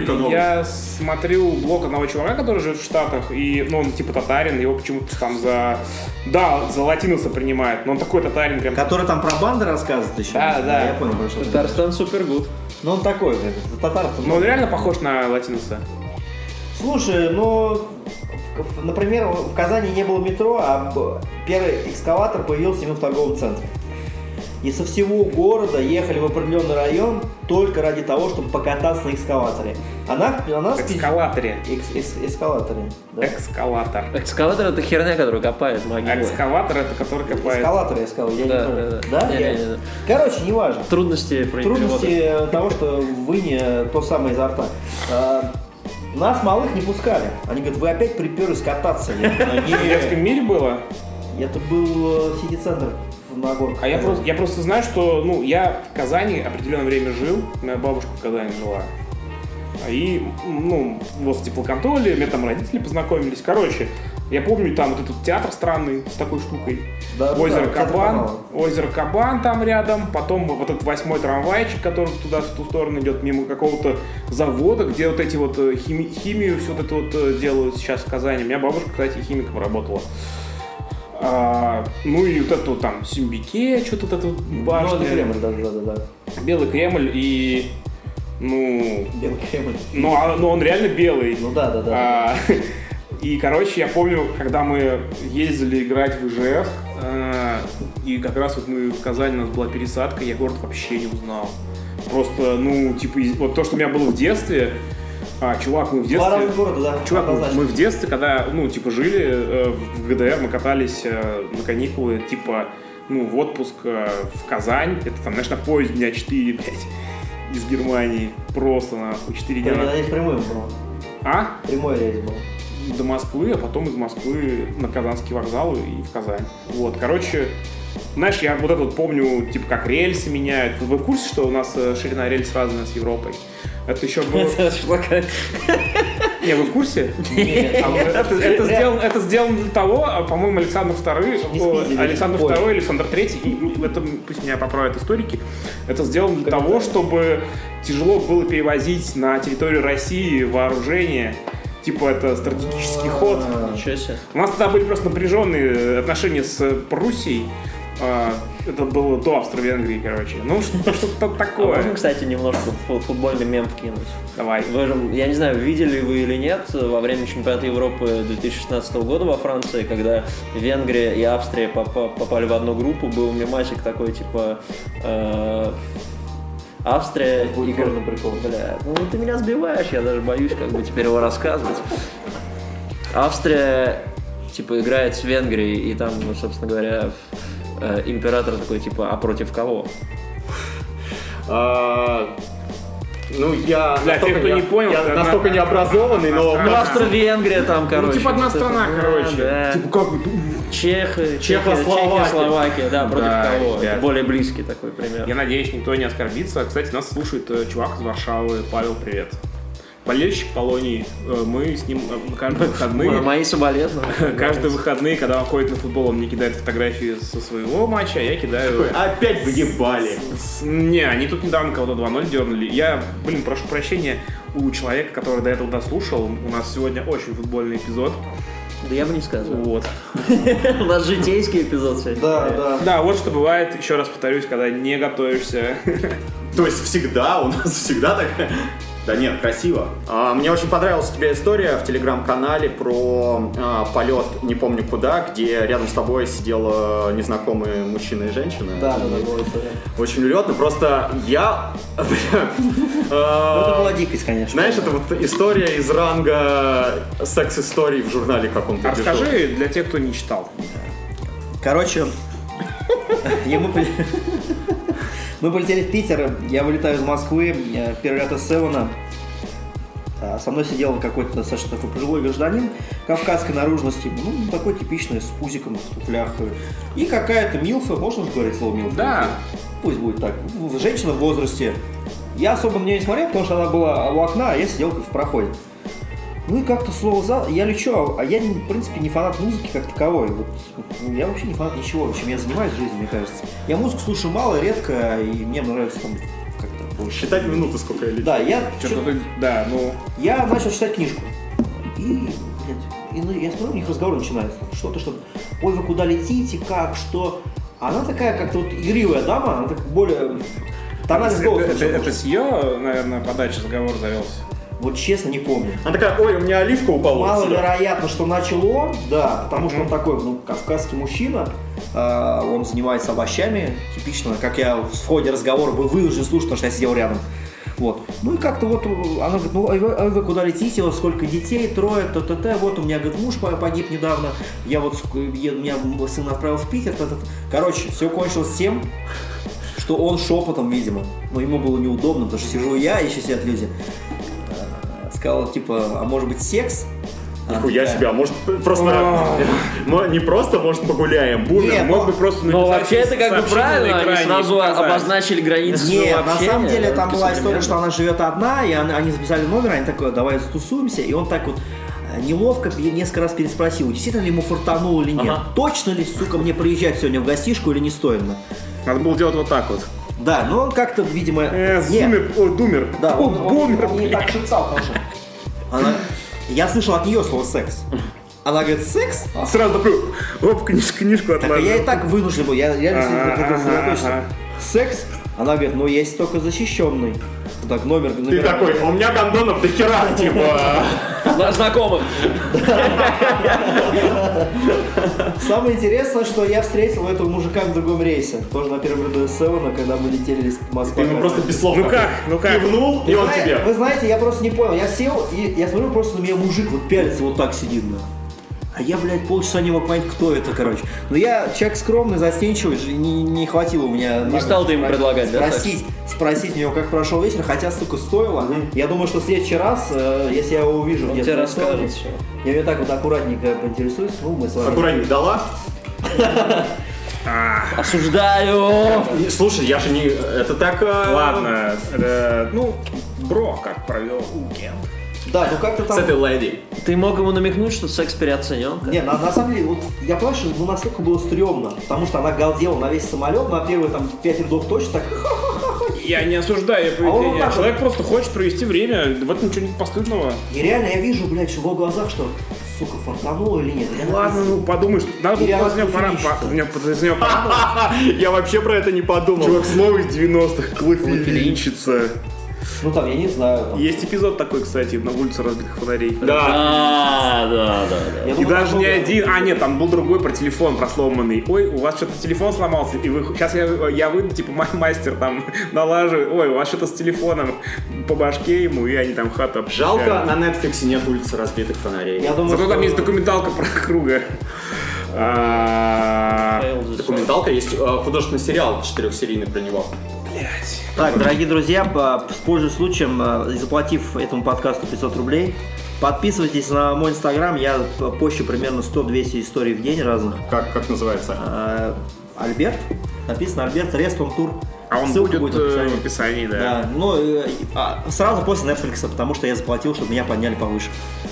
я смотрю блог одного чувака, который живет в Штатах, и, ну, он типа татарин, его почему-то там за... Да, за латиноса принимает, но он такой татарин прям... Который там про банды рассказывает еще? Да, да. Я понял, про что. Татарстан супергуд. Ну, он такой, татар-то. Но он реально похож на латиноса. Слушай, ну, например, в Казани не было метро, а первый экскаватор появился именно в торговом центре. И со всего города ехали в определенный район только ради того, чтобы покататься на экскаваторе. А на, а нас... Экскалаторе. Экс, экс, эскалаторе. Да? Экскалатор. Экскаватор — это херня, которая копает могилы. Экскаватор — это который копает. Эскалатор, я сказал. Я да, не да, да. Да? Не, Я... не, не, не. Короче, неважно. Трудности при Трудности перевода. того, что выни то самое изо рта. А, нас малых не пускали. Они говорят, вы опять приперлись кататься. В детском мире было? Это был сити-центр на горках. А я просто, я просто знаю, что, ну, я в Казани определенное время жил, моя бабушка в Казани жила. И, ну, в теплоконтроле, мне там родители познакомились. Короче, я помню там вот этот театр странный с такой штукой. Да, озеро да, Кабан, озеро Кабан там рядом, потом вот этот восьмой трамвайчик, который туда, в ту сторону идет, мимо какого-то завода, где вот эти вот хими, химию все вот это вот делают сейчас в Казани. У меня бабушка, кстати, химиком работала. А, ну и вот это вот там Симбике, что-то вот это вот башня. Белый Кремль, да, да, да, да. Белый Кремль и, ну... Белый Кремль. Ну, а, ну он реально белый. Ну да, да, да. А, и, короче, я помню, когда мы ездили играть в ИЖФ, а, и как раз вот мы в Казани, у нас была пересадка, я город вообще не узнал. Просто, ну, типа, вот то, что у меня было в детстве... А, чувак, мы в детстве... Два разных города, да. Чувак, мы, мы в детстве, когда, ну, типа, жили э, в ГДР, мы катались э, на каникулы, типа, ну, в отпуск э, в Казань. Это там, знаешь, на поезд дня четыре, блядь. из Германии. Просто нахуй. четыре дня. Я надеюсь, прямой был. А? Прямой рейс был. До Москвы, а потом из Москвы на Казанский вокзал и в Казань. Вот, короче, знаешь, я вот это вот помню, типа, как рельсы меняют. Вы в курсе, что у нас ширина рельс разная с Европой? Это еще было... Не, вы в курсе? Нет. Это, это, сделано, это сделано для того, по-моему, Александр второй, Александр второй, Александр третий, это, пусть меня поправят историки, это сделано для того, чтобы тяжело было перевозить на территорию России вооружение. Типа это стратегический ход. Ничего себе. У нас тогда были просто напряженные отношения с Пруссией. Это было до Австро-Венгрии, короче. Ну, что-то такое. А можно, кстати, немножко футбольный мем вкинуть? Давай. Вы же, я не знаю, видели вы или нет, во время чемпионата Европы две тысячи шестнадцатого года во Франции, когда Венгрия и Австрия попали в одну группу, был мемасик такой, типа... Э- Австрия... Игорь, прикол. Бля, ну ты меня сбиваешь, я даже боюсь как бы теперь его рассказывать. Австрия, типа, играет с Венгрией, и там, ну, собственно говоря, э, император такой, типа, а против кого? А, ну, я Для тех, кто не понял, я это настолько одна- необразованный, но... Ну, Австро-Венгрия там, короче. Ну, типа одна вот страна, это, короче. да. Типа как бы... Чехи, Чехословакия. Чехословакия, да, против Да, кого? ребят. Более близкий такой пример. Я надеюсь, никто не оскорбится. Кстати, нас слушает э, чувак из Варшавы. Павел, привет. Болельщик Полонии. Э, Мы с ним э, каждые выходные... Мои соболезнования. Каждые выходные, когда он ходит на футбол, он мне кидает фотографии со своего матча, а я кидаю... Опять въебали. С- Не, они тут недавно кого-то два ноль дернули. Я, блин, прошу прощения у человека, который до этого дослушал. У нас сегодня очень футбольный эпизод. Да я бы не сказал. Вот. У нас житейский эпизод сегодня. Да, да. Да, вот что бывает, еще раз повторюсь, когда не готовишься. То есть всегда, у нас всегда такая... Да нет, красиво. А, мне очень понравилась у тебя история в телеграм-канале про а, полет не помню куда, где рядом с тобой сидел незнакомый мужчина и женщина. Да, да, да, была история. Очень улетно. Просто я... Ну, это была дикость, конечно. Знаешь, это вот история из ранга секс-историй в журнале каком-то. А расскажи для тех, кто не читал. Короче, ему... Мы полетели в Питер, я вылетаю из Москвы, первый ряд из Севена. Со мной сидел какой-то достаточно такой пожилой гражданин кавказской наружности, ну, такой типичный, с пузиком, в туфлях. И какая-то милфа, можно же говорить слово милфа? Да. Пусть будет так. Женщина в возрасте. Я особо на нее не смотрел, потому что она была у окна, а я сидел в проходе. Ну и как-то слово «за», я лечу, а я, в принципе, не фанат музыки как таковой. Вот, я вообще не фанат ничего, чем я занимаюсь в жизни, мне кажется. Я музыку слушаю мало, редко, и мне нравится там как-то больше. Считать минуты, сколько я лечу. Да, я, Что-то ты- Да, ну... я начал читать книжку. И, блядь, и ну, я смотрю, у них разговор начинается. Что-то, что ой, вы куда летите, как, что. Она такая, как-то вот игривая дама, она так более... Тональность Это, голоса. это- это с ее, наверное, подачи разговор завелся. Вот честно, не помню. Она такая, ой, у меня оливка упала. Маловероятно, что начал он, да, потому что он такой, ну, кавказский мужчина, э, он занимается овощами, типично, как я в ходе разговора был вынужден слушать, потому что я сидел рядом. Вот. Ну и как-то вот она говорит, ну а вы, а вы куда летите, у вас сколько детей, трое, т-т-т, вот у меня, говорит, муж погиб недавно, я вот, я, меня сын отправил в Питер, т-т-т. Короче, все кончилось тем, что он шепотом, видимо, но ему было неудобно, потому что сижу я, еще сидят люди, сказал, типа, а может быть секс? Нихуя себя, может просто... Не просто, может погуляем, бумер. Нет, Мог бы просто Но написать вообще это как бы сообщение на правильно, они экране и сразу показать. обозначили границы своего Нет, на общения. самом деле там Это была история, современно. что она живет одна, и она- они записали номер, они такой, давай затусуемся, и он так вот э, неловко пе- несколько раз переспросил, действительно ли ему фартануло или нет. Ага. Точно ли, сука, мне приезжать сегодня в гостишку или не стоит? Надо было делать вот так вот. Да, но он как-то, видимо... Э, Нет. зумер, о, думер. Да, О, он, он- бумер, он не блядь. так шицал, потому что... Она... Я слышал от нее слово «секс». Она говорит, секс? Сразу такой, оп, книж, книжку Так отложил. я и так вынужден был, я реально Ага, хотел ага, сосредоточиться. ага. Секс? Она говорит, ну есть только защищенный. Так, номер... Ты номер- такой, у меня гондонов до хера, типа... Зна- Знакомых. Самое интересное, что я встретил этого мужика в другом рейсе. Тоже на первом ряду из Севена, когда мы летели из Москвы. Ты ему просто без слов Ну как, ну как? кивнул, и Вы он зна- тебе. Вы знаете, я просто не понял. Я сел, и я смотрю, просто на меня мужик вот пялится, вот так сидит. На. А я, блядь, полчаса не мог понять, кто это, короче. Но я человек скромный, застенчивый, не, не хватило у меня... Не стал ты ему предлагать, спросить, да? Спросить у него, как прошел вечер, хотя, сука, стоило. Mm-hmm. Я думаю, что в следующий раз, э, если я его увижу... Он тебе расскажет все. Я ее так вот аккуратненько поинтересуюсь, ну, мы с вами... Аккуратненько дала? Осуждаю! Слушай, я же не... Это так... Ладно, ну, бро, как провел уикенд. Да, ну как-то там... С этой леди. Ты мог ему намекнуть, что секс переоценен? Не, на, на самом деле, вот я понимаю, что ну, настолько было стрёмно, потому что она галдела на весь самолет, на первые там пять рядов точно так... Я не осуждаю ее поведение. А Человек просто хочет провести время, в этом ничего нет постыдного. И реально я вижу, блядь, что в его глазах, что, сука, фартануло или нет. Я Ладно, ну подумаешь, надо было за нее пора, за нее пора. Я вообще про это не подумал. Чувак снова из девяностых, клофелинчица. Ну там, я не знаю. Там. Есть эпизод такой, кстати, на улице разбитых фонарей. Да. Да, да, да. да. И думаю, даже не один, а нет, там был другой про телефон, про сломанный. Ой, у вас что-то телефон сломался, и вы сейчас я, я выйду, типа мастер там налаживаю. Ой, у вас что-то с телефоном по башке ему, и они там хату обширяют. Жалко, на Netflix нет улицы разбитых фонарей. Я думаю, Зато что... там есть документалка про Круга. Документалка, есть художественный сериал четырехсерийный про него. Так, дорогие друзья, пользуясь случаем и заплатив этому подкасту пятьсот рублей, подписывайтесь на мой инстаграм, я пощу примерно сто-двести историй в день разных. Как, как называется? Альберт, написано Альберт Рестон Тур. А он Ссылка будет, будет в в описании. описании, да. Да, ну, сразу после Netflix, потому что я заплатил, чтобы меня подняли повыше.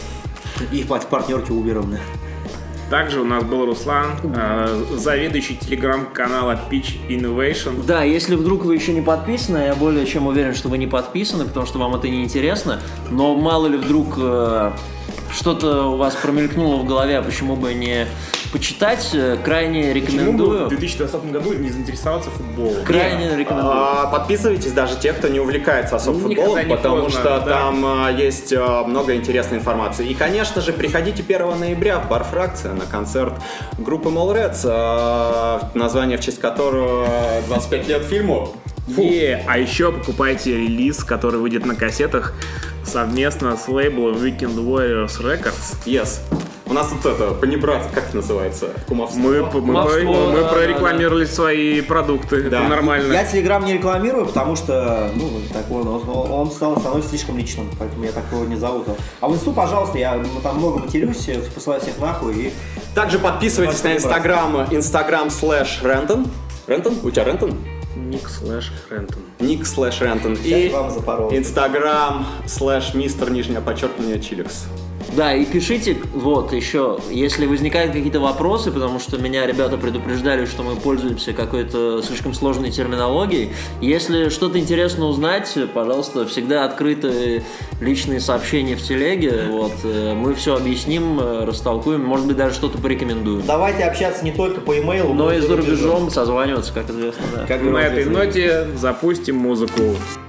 И партнерки Уберовны. Также у нас был Руслан, э, заведующий телеграм-канала Pitch Innovation. Да, если вдруг вы еще не подписаны, я более чем уверен, что вы не подписаны, потому что вам это не интересно, но мало ли вдруг э, что-то у вас промелькнуло в голове, а почему бы не почитать, крайне рекомендую. Почему бы в две тысячи двадцатом году не заинтересоваться футболом? Крайне Нет. рекомендую. А, подписывайтесь даже те, кто не увлекается особо Ну, футболом, никогда не потому поздно, что да. там а, есть а, много интересной информации. И, конечно же, приходите первого ноября в бар «Фракция» на концерт группы Mallrats, а, название в честь которого двадцать пять лет фильму. Фу. Е, а еще покупайте релиз, который выйдет на кассетах совместно с лейблом Weekend Warriors Records. Yes. У нас тут это, понебратство, как это называется? Кумовство. Мы, мы, Кумовство, мы, мы да, прорекламировали да. свои продукты, Да. это нормально. Я Телеграм не рекламирую, потому что, ну, так он, он, он стал становится слишком личным, поэтому я такого не зову. А в инсту, пожалуйста, я там много матерюсь, посылаю всех нахуй и... Также подписывайтесь на инстаграм, инстаграм слэш Рентон. Рентон? У тебя Рентон? Ник слэш Рентон. Ник слэш Рентон. И инстаграм слэш мистер нижнее подчеркивание Чилекс. Да, и пишите, вот, еще, если возникают какие-то вопросы, потому что меня ребята предупреждали, что мы пользуемся какой-то слишком сложной терминологией. Если что-то интересно узнать, пожалуйста, всегда открыты личные сообщения в телеге, вот, мы все объясним, растолкуем, может быть, даже что-то порекомендуем. Давайте общаться не только по имейлу, но и за рубежом созваниваться, как известно, да. Как на этой ноте запустим музыку.